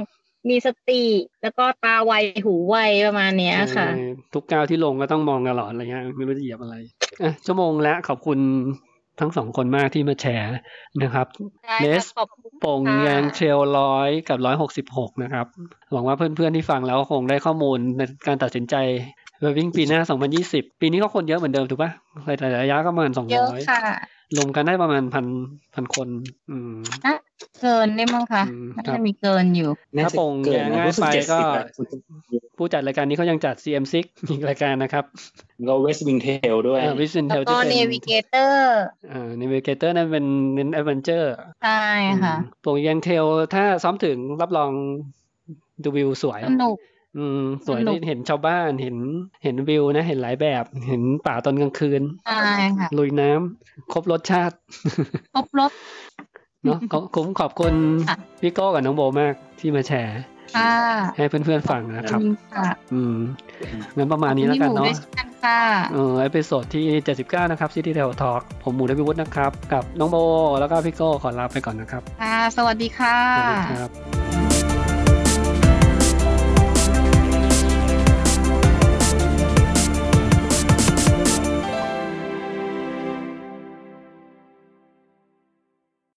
มีสติแล้วก็ตาไวหูไวประมาณเนี้ยค่ะทุกก้าวที่ลงก็ต้องมองตลอดอะไรเงี้ยไม่รู้จะเหยียบอะไรอ่ะชั่วโมงแล้วขอบคุณทั้งสองคนมากที่มาแชร์นะครับเนสโป่งแยงเทรลร้อยกับร้อยหกสิบหกนะครับหวังว่าเพื่อนๆที่ฟังแล้วคงได้ข้อมูลในการตัดสินใจไปวิ่งปีหน้าสองพันยี่สิบปีนี้ก็คนเยอะเหมือนเดิมถูกป่ะแต่ระยะก็ประมาณสองร้อยรวมกันได้ประมาณพันพันคนอืมเกินได้มั้งคะน่าจะมีเกินอยู่ถ้าโป่งแยงง่ายไปก็ผู้จัดรายการนี้เขายังจัด ซี เอ็ม ซิก อีกรายการนะครับก็ West Wing Trail ด้วย West Wing Trail ที่เป็น Navigator อ่า Navigator นั่นเป็นเน้น Adventure ใช่ค่ะโป่งแยงเทรลถ้าซ้อมถึงรับรองดูวิวสวยสนุกอืมสวยได้เห็นชาวบ้านเห็นเห็นวิวนะเห็นหลายแบบเห็นป่าตอนกลางคืนใช่ค่ะลุยน้ำครบรสชาติครบรสเนาะคุ้มขอบคุณพี่โก้กับน้องโบมากที่มาแชร์ให้เพื่อนๆฟังนะครับอืมงั้นประมาณนี้แล้วกันเนาะเออเอพิโซดที่เจ็ดสิบเก้านะครับ City Trail Talk ผมหมูได้พิวุฒินะครับกับน้องโบแล้วก็พี่โก้ขอลาไปก่อนนะครับค่ะสวัสดีค่ะสวัสดีครับ